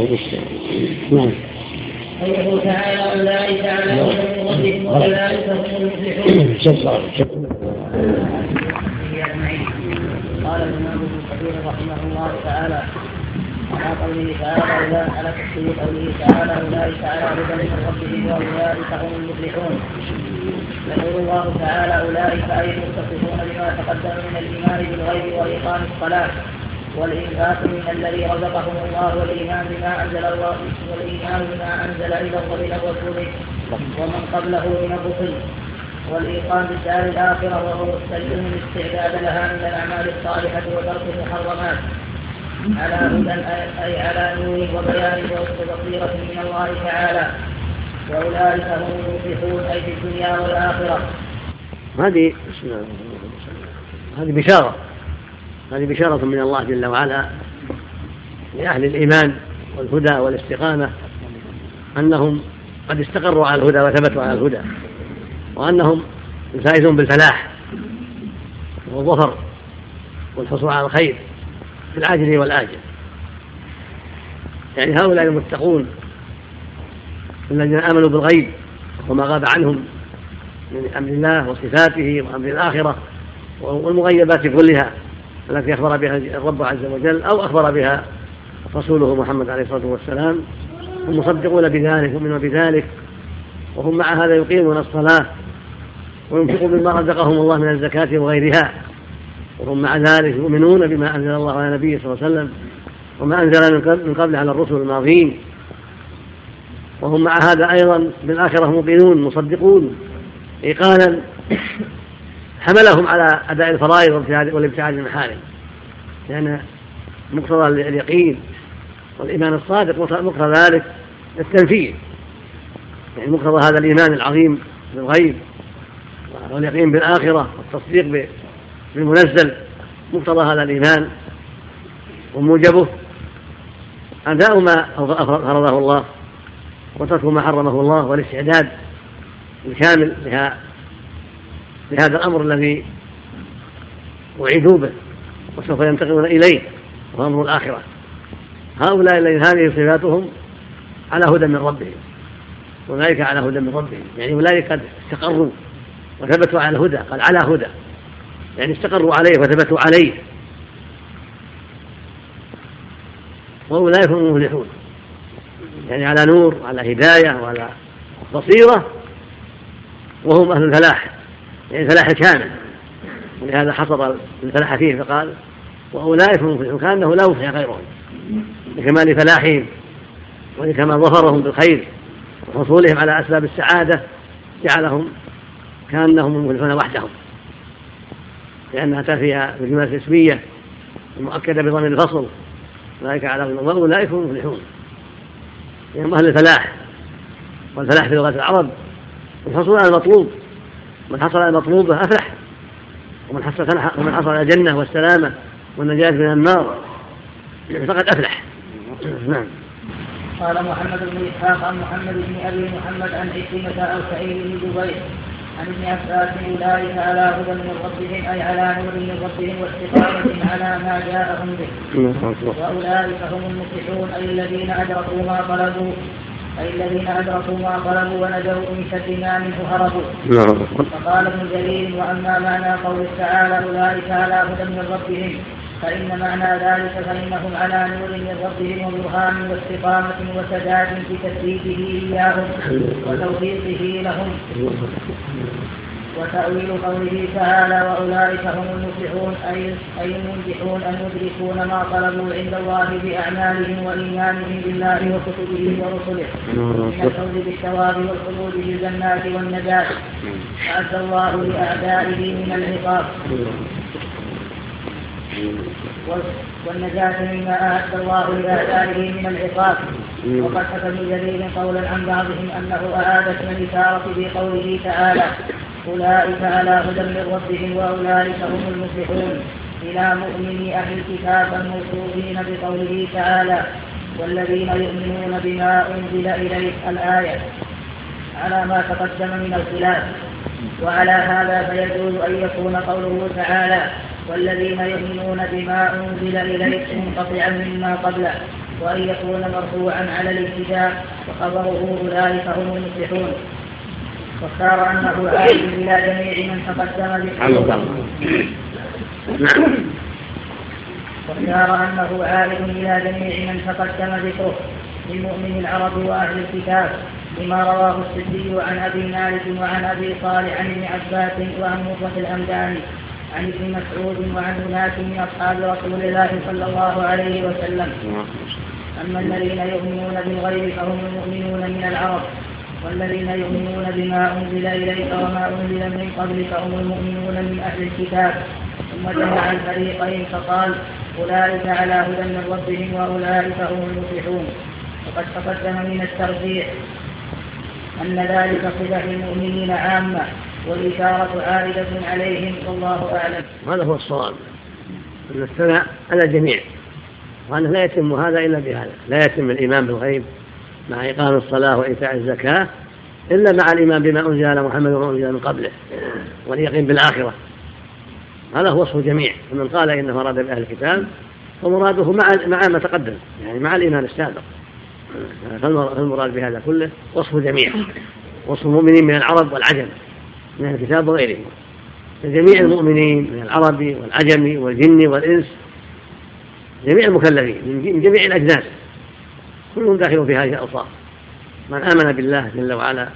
قوله تعالى: أولئك على هدى من ربهم وأولئك هم المفلحون. قال الإمام ابن كثير رحمه الله تعالى على قوله تعالى على تفسير قوله تعالى: أولئك على هدى من ربهم وأولئك هم المفلحون. يقول الله تعالى: أولئك أي المتصفون بما تقدم من الإيمان بالغيب وإقام الصلاة والإنفاق من الذي رزقهم الله والإيمان بما أنزل الله والإيمان بما أنزل إلى الرسول ومن قبله من الرسل والإيقان بالدار الآخرة وهو مستلزم الاستعداد لها من الأعمال الصالحة وترك المحرمات على هدى أي على نور وبيان وبصيرة من الله تعالى. وأولئك هم المفلحون أي في الدنيا والآخرة. هذه بشارة من الله جل وعلا لأهل الإيمان والهدى والاستقامة أنهم قد استقروا على الهدى وثبتوا على الهدى، وأنهم فائزون بالفلاح والظفر والحصول على الخير في العاجل والآجل. يعني هؤلاء المتقون الذين آمنوا بالغيب وما غاب عنهم من أمر الله وصفاته وأمر الآخرة والمغيبات كلها التي أخبر بها الرب عز وجل أو أخبر بها رسوله محمد عليه الصلاة والسلام، هم مصدقون بذلك ومنوا بذلك، وهم مع هذا يقيمون الصلاة وينفقون مما رزقهم الله من الزكاة وغيرها، وهم مع ذلك يؤمنون بما أنزل الله على نبيه صلى الله عليه وسلم وما أنزل من قبل على الرسل الماضين، وهم مع هذا أيضا بالآخرة موقنون مصدقون إيقانا حملهم على أداء الفرائض والابتعاد عن المحارم، لأن مقتضى اليقين والإيمان الصادق مقتضى ذلك التنفيذ، يعني مقتضى هذا الإيمان العظيم بالغيب واليقين بالآخرة والتصديق بالمنزل، مقتضى هذا الإيمان وموجبه أداء ما فرضه الله وترك ما حرمه الله والاستعداد الكامل لهذا الأمر الذي وعدوا به وسوف ينتقلون إليه وهو أمر الآخرة. هؤلاء الذين هذه صفاتهم على هدى من ربهم، أولئك على هدى من ربهم، يعني أولئك قد استقروا وثبتوا على الهدى، قال على هدى يعني استقروا عليه وثبتوا عليه، وأولئك هم المفلحون، يعني على نور وعلى هداية وعلى بصيرة، وهم أهل الفلاح، يعني الفلاح الكامل، ولهذا حصر الفلاح فيه فقال وأولئك هم المفلحون، كأنه لا يفلح غيرهم لكمال فلاحهم ولكمال ظفرهم بالخير وحصولهم على أسباب السعادة، جعلهم كأنهم المفلحون وحدهم، لأنها تأتي بالجملة الاسمية المؤكدة بضمير الفصل، أولئك على هدى وأولئك هم المفلحون، يعني أهل الفلاح. والفلاح في لغة العرب الحصول على المطلوب، من حصل على المطلوب أفلح، ومن حصل على الجنة والسلامة والنجاة من النار فقد أفلح. نعم. قال محمد بن إسحاق عن محمد بن أبي محمد عن عكرمة أو سعيد بن جبير عن ابن عباس أولئك على هدى من ربهم، أي على نور من ربهم واستقامة على ما جاءهم به، وأولئك هم المفلحون، أي الذين أدركوا ما طلبوا ونجوا من شر ما منه هربوا. فقال ابن جرير وأما معنى قول تعالى أولئك على هدى من ربهم فإن معنى ذلك فإنهم على نور من ربهم وبرهان واستقامة وسداد في تثبيته إياهم وتوفيقه لهم. وتأويل قوله تعالى وأولئك هم المفلحون أي المنجحون المدركون ما طلبوا عند الله بأعمالهم وإيمانهم بالله وكتبه ورسله من الفوز بالثواب والخلود بالجنات والنجاة، أعد الله لأعدائه من العقاب والنجاة مما أعد الله لأعدائه من العقاب. وقد حكى ابن جرير قولا عن بعضهم أنه أعاد اسم الإشارة بقوله تعالى أولئك على هدى من ربهم وأولئك هم المفلحون إلى مؤمني أهل الكتاب الموصوفين بقوله تعالى والذين يؤمنون بما أنزل إليك الآية على ما تقدم من الخلاف. وعلى هذا فيجوز أن يكون قوله تعالى والذين يؤمنون بما أنزل إليك منقطعا مما قبله، وأن يكون مرفوعا على الابتداء وخبره أولئك هم المفلحون. واختار أنه عائد إلى جميع من تقدم ذكره من مؤمن العرب وأهل الكتاب لما رواه السدي عن أبي مالك وعن أبي صالح عن ابن عباس وعن مرة الأمداني عن ابن مسعود وعن ناس من أصحاب رسول الله صلى الله عليه وسلم. أما الذين يؤمنون بالغيب فهم المؤمنون من العرب، والذين يؤمنون بما أنزل إليك وما أنزل من قبلك هم المؤمنون من أهل الكتاب. ثم جمع الفريقين فقال أولئك على هدى من ربهم وأولئك هم المفلحون. وقد تقدم من الترجيح أن ذلك صفة المؤمنين عامة والإشارة عائدة عليهم والله أعلم. هذا هو الصواب، أن الثناء على الجميع، وأنه لا يتم هذا إلا بهذا، لا يتم الإيمان بالغيب مع إقام الصلاة وإيتاء الزكاة إلا مع الإيمان بما أنزل على محمد وما أنزل من قبله واليقين بالآخرة. هذا هو وصف الجميع. ومن قال إنه أراد بأهل الكتاب فمراده مع ما تقدم، يعني مع الإيمان السابق. فالمراد بهذا كله وصف الجميع، وصف المؤمنين من العرب والعجم، من الكتاب وغيرهم، جميع المؤمنين من العرب والعجم والجن والإنس، جميع المكلفين من جميع الأجناس كلهم داخل في هذه الأوصاف. من آمن بالله جل وعلا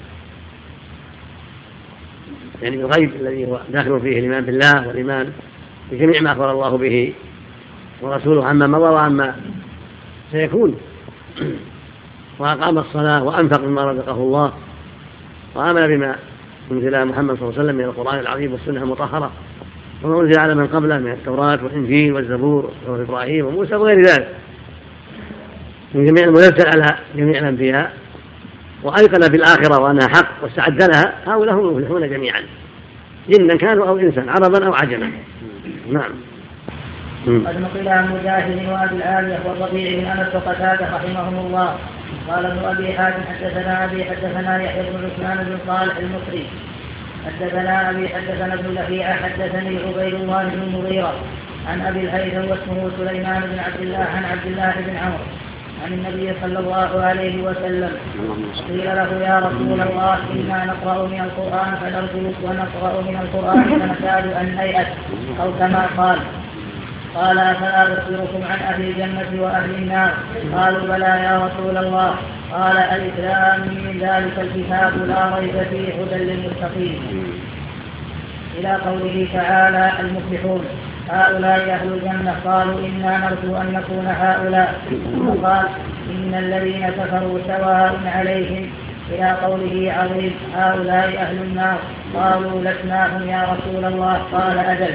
يعني بالغيب الذي هو داخل فيه الإيمان بالله والإيمان بجميع ما أخبر الله به ورسوله عما مضى وعما سيكون، وأقام الصلاة وأنفق مما رزقه الله، وآمن بما أنزل محمد صلى الله عليه وسلم من القرآن العظيم والسنة المطهرة وما أنزل على من قبله من التوراة والإنجيل والزبور وإبراهيم وموسى وغير ذلك من جميع المنزل على جميع الأنبياء، وأيقن بالآخرة وأنها حق واستعد لها، هؤلاء هم المفلحون جميعا جنا كانوا أو إنسان عربا أو عجما. نعم. قد نقل عن مجاهد وأبي العالية والربيع بن أنس وقتادة رحمهم الله قال ابن أبي حاتم حدثنا يحيى بن عثمان بن صالح المصري حدثنا أبي حدثنا ابن لهيعة حدثني عبيد الله بن المغيرة عن أبي الهيثم واسمه سليمان بن عبد الله عن عبد الله بن عمرو عن النبي صلى الله عليه وسلم قيل له يا رسول الله إنا نقرأ من القرآن فنرجو ونقرأ من القرآن فنكاد أن نيأس أو كما قال أفلا أخبركم عن أهل الجنة وأهل النار؟ قالوا بلى يا رسول الله. قال الإسلام من ذلك الكتاب لا ريب فيه هدى للمتقين إلى قوله تعالى المفلحون هؤلاء أهل الجنة. قالوا إنا نرجو أن نكون هؤلاء. وقال إن الذين كفروا سواء عليهم إلى قوله عظيم هؤلاء أهل النار. قالوا لسناهم يا رسول الله. قال أجل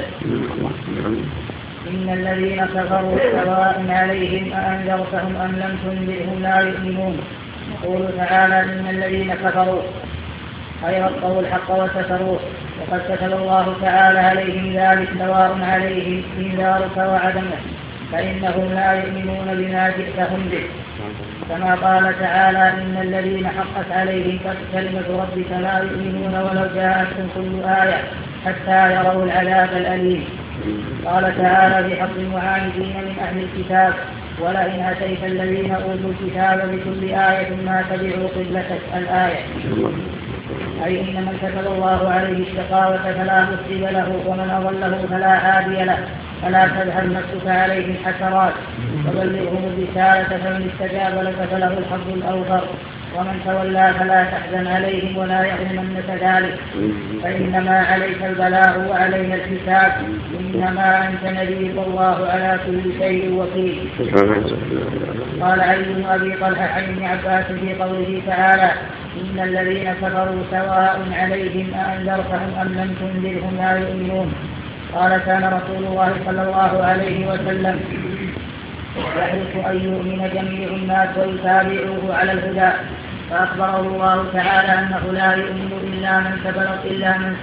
إن الذين كفروا سواء عليهم أأنذرتهم أم لم تنذرهم لا يؤمنون. يقول تعالى إن الذين كفروا أي ربوا الحق وستروه وقد كتب الله تعالى عليهم ذلك سواء عليهم إنذارك وعدمه فإنهم لا يؤمنون بما جئتهم به كما قال تعالى إن الذين حقت عليهم كلمة ربك لا يؤمنون ولو جاءتهم كل آية حتى يروا العذاب الأليم. قال تعالى بحق المعاندين من أهل الكتاب ولئن أتيت الذين أوتوا الكتاب بكل آية ما تبعوا قبلتك الآية أي إن من كتب الله عليه الشقاوة فلا مسلم له ومن أضله فلا هادي له فلا تذهب نفسك عليهم حسرات وبلغهم الرسالة فمن استجاب لك فله الحظ الأوفر ومن تولى فلا تحزن عليهم ولا يحزننك ذلك فإنما عليك البلاغ وعلينا الحساب إنما أنت نذير والله على كل شيء وكيل. قال علي بن أبي طلحة عن ابن عباس في قوله تعالى إن الذين كفروا سواء عليهم أأنذرتهم أم لم تنذرهم لا يؤمنون. قال كان رسول الله صلى الله عليه وسلم يحرص أن يؤمن جميع الناس ويتابعوه على الهدى فأخبره الله تعالى أنه لا يؤمن إلا من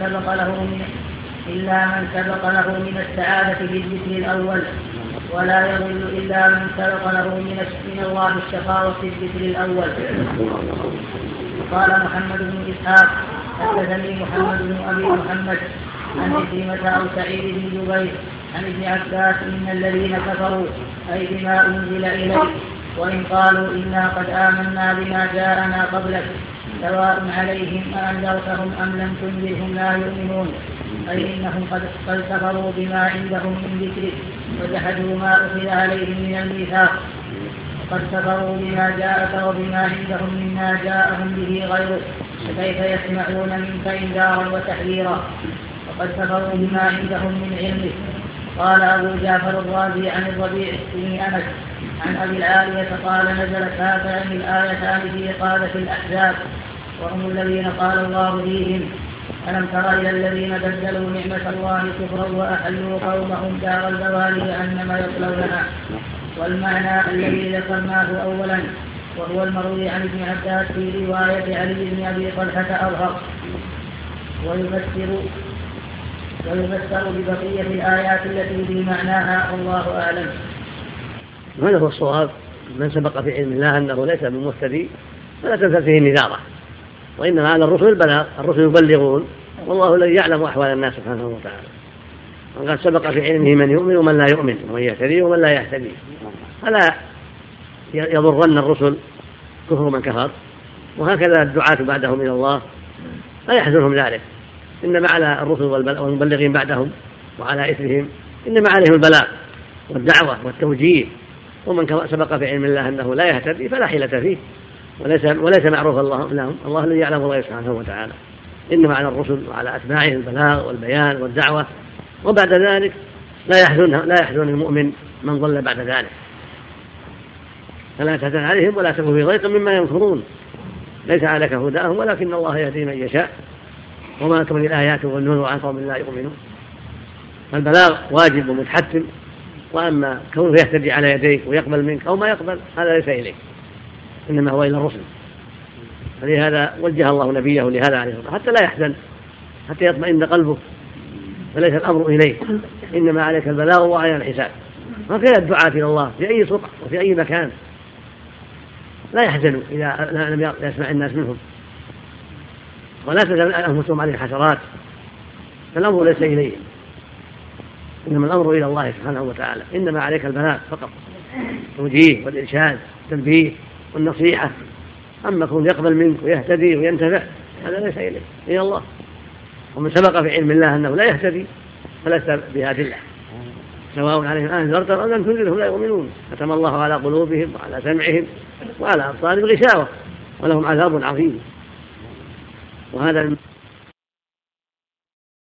سبق له من السعادة بالذكر الأول ولا يضل إلا من سبق له من الله الشقاوة في الذكر الأول. قال محمد بن إسحاق حدثني محمد بن أبي محمد عن عكرمة أو سعيد بن جبير عن ابن عباس إن الذين كفروا أي بما أنزل إليك وإن قالوا إنا قد آمنا بما جاءنا قبلك سواء عليهم أأنذرتهم أم لم تنذرهم لا يؤمنون أي إنهم قد كفروا بما عندهم من ذكرك وجحدوا ما أخذ عليهم من الميثاق وقد كفروا بما جاءك وبما عندهم مما جاءهم به غيرك فكيف يسمعون منك إنذارا وتحذيرا وقد كفروا بما عندهم من علمك. قال أبو جعفر الرازي عن الربيع بن أنس عن أبي العالية قال نزلت هاتان الآيتان في قادة الأحزاب وهم الذين قال الله فيهم ألم تر إلى الذين بدلوا نعمة الله كفرا وأحلوا قومهم دار البوار جهنم يصلونها. والمعنى الذي ذكرناه أولا وهو المروي عن ابن عباس في رواية علي بن أبي طلحة أظهر ويفسر ببقية الآيات التي في معناها والله أعلم. هذا هو الصواب. من سبق في علم الله أنه ليس بمهتدي فلا تنزل فيه نذارة وإنما على الرسل البلاغ. الرسل يبلغون والله الذي يعلم أحوال الناس سبحانه وتعالى. وقد سبق في علمه من يؤمن ومن لا يؤمن ومن يهتدي ومن لا يهتدي فلا يضرن الرسل كفر من كفر وهكذا الدعاة بعدهم إلى الله لا يحزنهم ذلك إنما على الرسل والمبلغين بعدهم وعلى إثرهم إنما عليهم البلاغ والدعوة والتوجيه، ومن سبق في علم الله أنه لا يهتدي فلا حيلة فيه وليس معروف الله الذي يعلم الله سبحانه وتعالى. إنما على الرسل وعلى أتباعهم البلاغ والبيان والدعوة، وبعد ذلك لا يحزن المؤمن من ضل بعد ذلك، فلا تحزن عليهم ولا تكن في ضيق مما ينكرون، ليس عليك هداهم ولكن الله يهدي من يشاء، وما تغني الآيات والنذر عن قوم لا يؤمنون. فالبلاغ واجب ومتحتم، وأما كونه يهتدي على يديك ويقبل منك أو ما يقبل هذا ليس إليك، إنما هو إلى الرسل. فلهذا وجه الله نبيه لهذا عليه الصلاة والسلام حتى لا يحزن، حتى يطمئن قلبه، فليس الأمر إليه، إنما عليك البلاغ وعلى الحساب. وكذا الدعاة إلى الله في أي سطح وفي أي مكان لا يحزنوا إذا لم يسمع الناس منهم، ولا تزال أنفسهم عليه حسرات، فالأمر ليس إليه، إنما الأمر إلى الله سبحانه وتعالى. إنما عليك البلاغ فقط، التوجيه والإرشاد والتنبيه والنصيحة، أما كون يقبل منك ويهتدي وينتفع هذا ليس إليه، إلى الله. ومن سبق في علم الله أنه لا يهتدي فلست بهاد الله، سواء عليهم أنذرتهم أم لم تنذرهم لا يؤمنون. ختم الله على قلوبهم وعلى سمعهم وعلى أبصارهم غشاوة ولهم عذاب عظيم. وهذا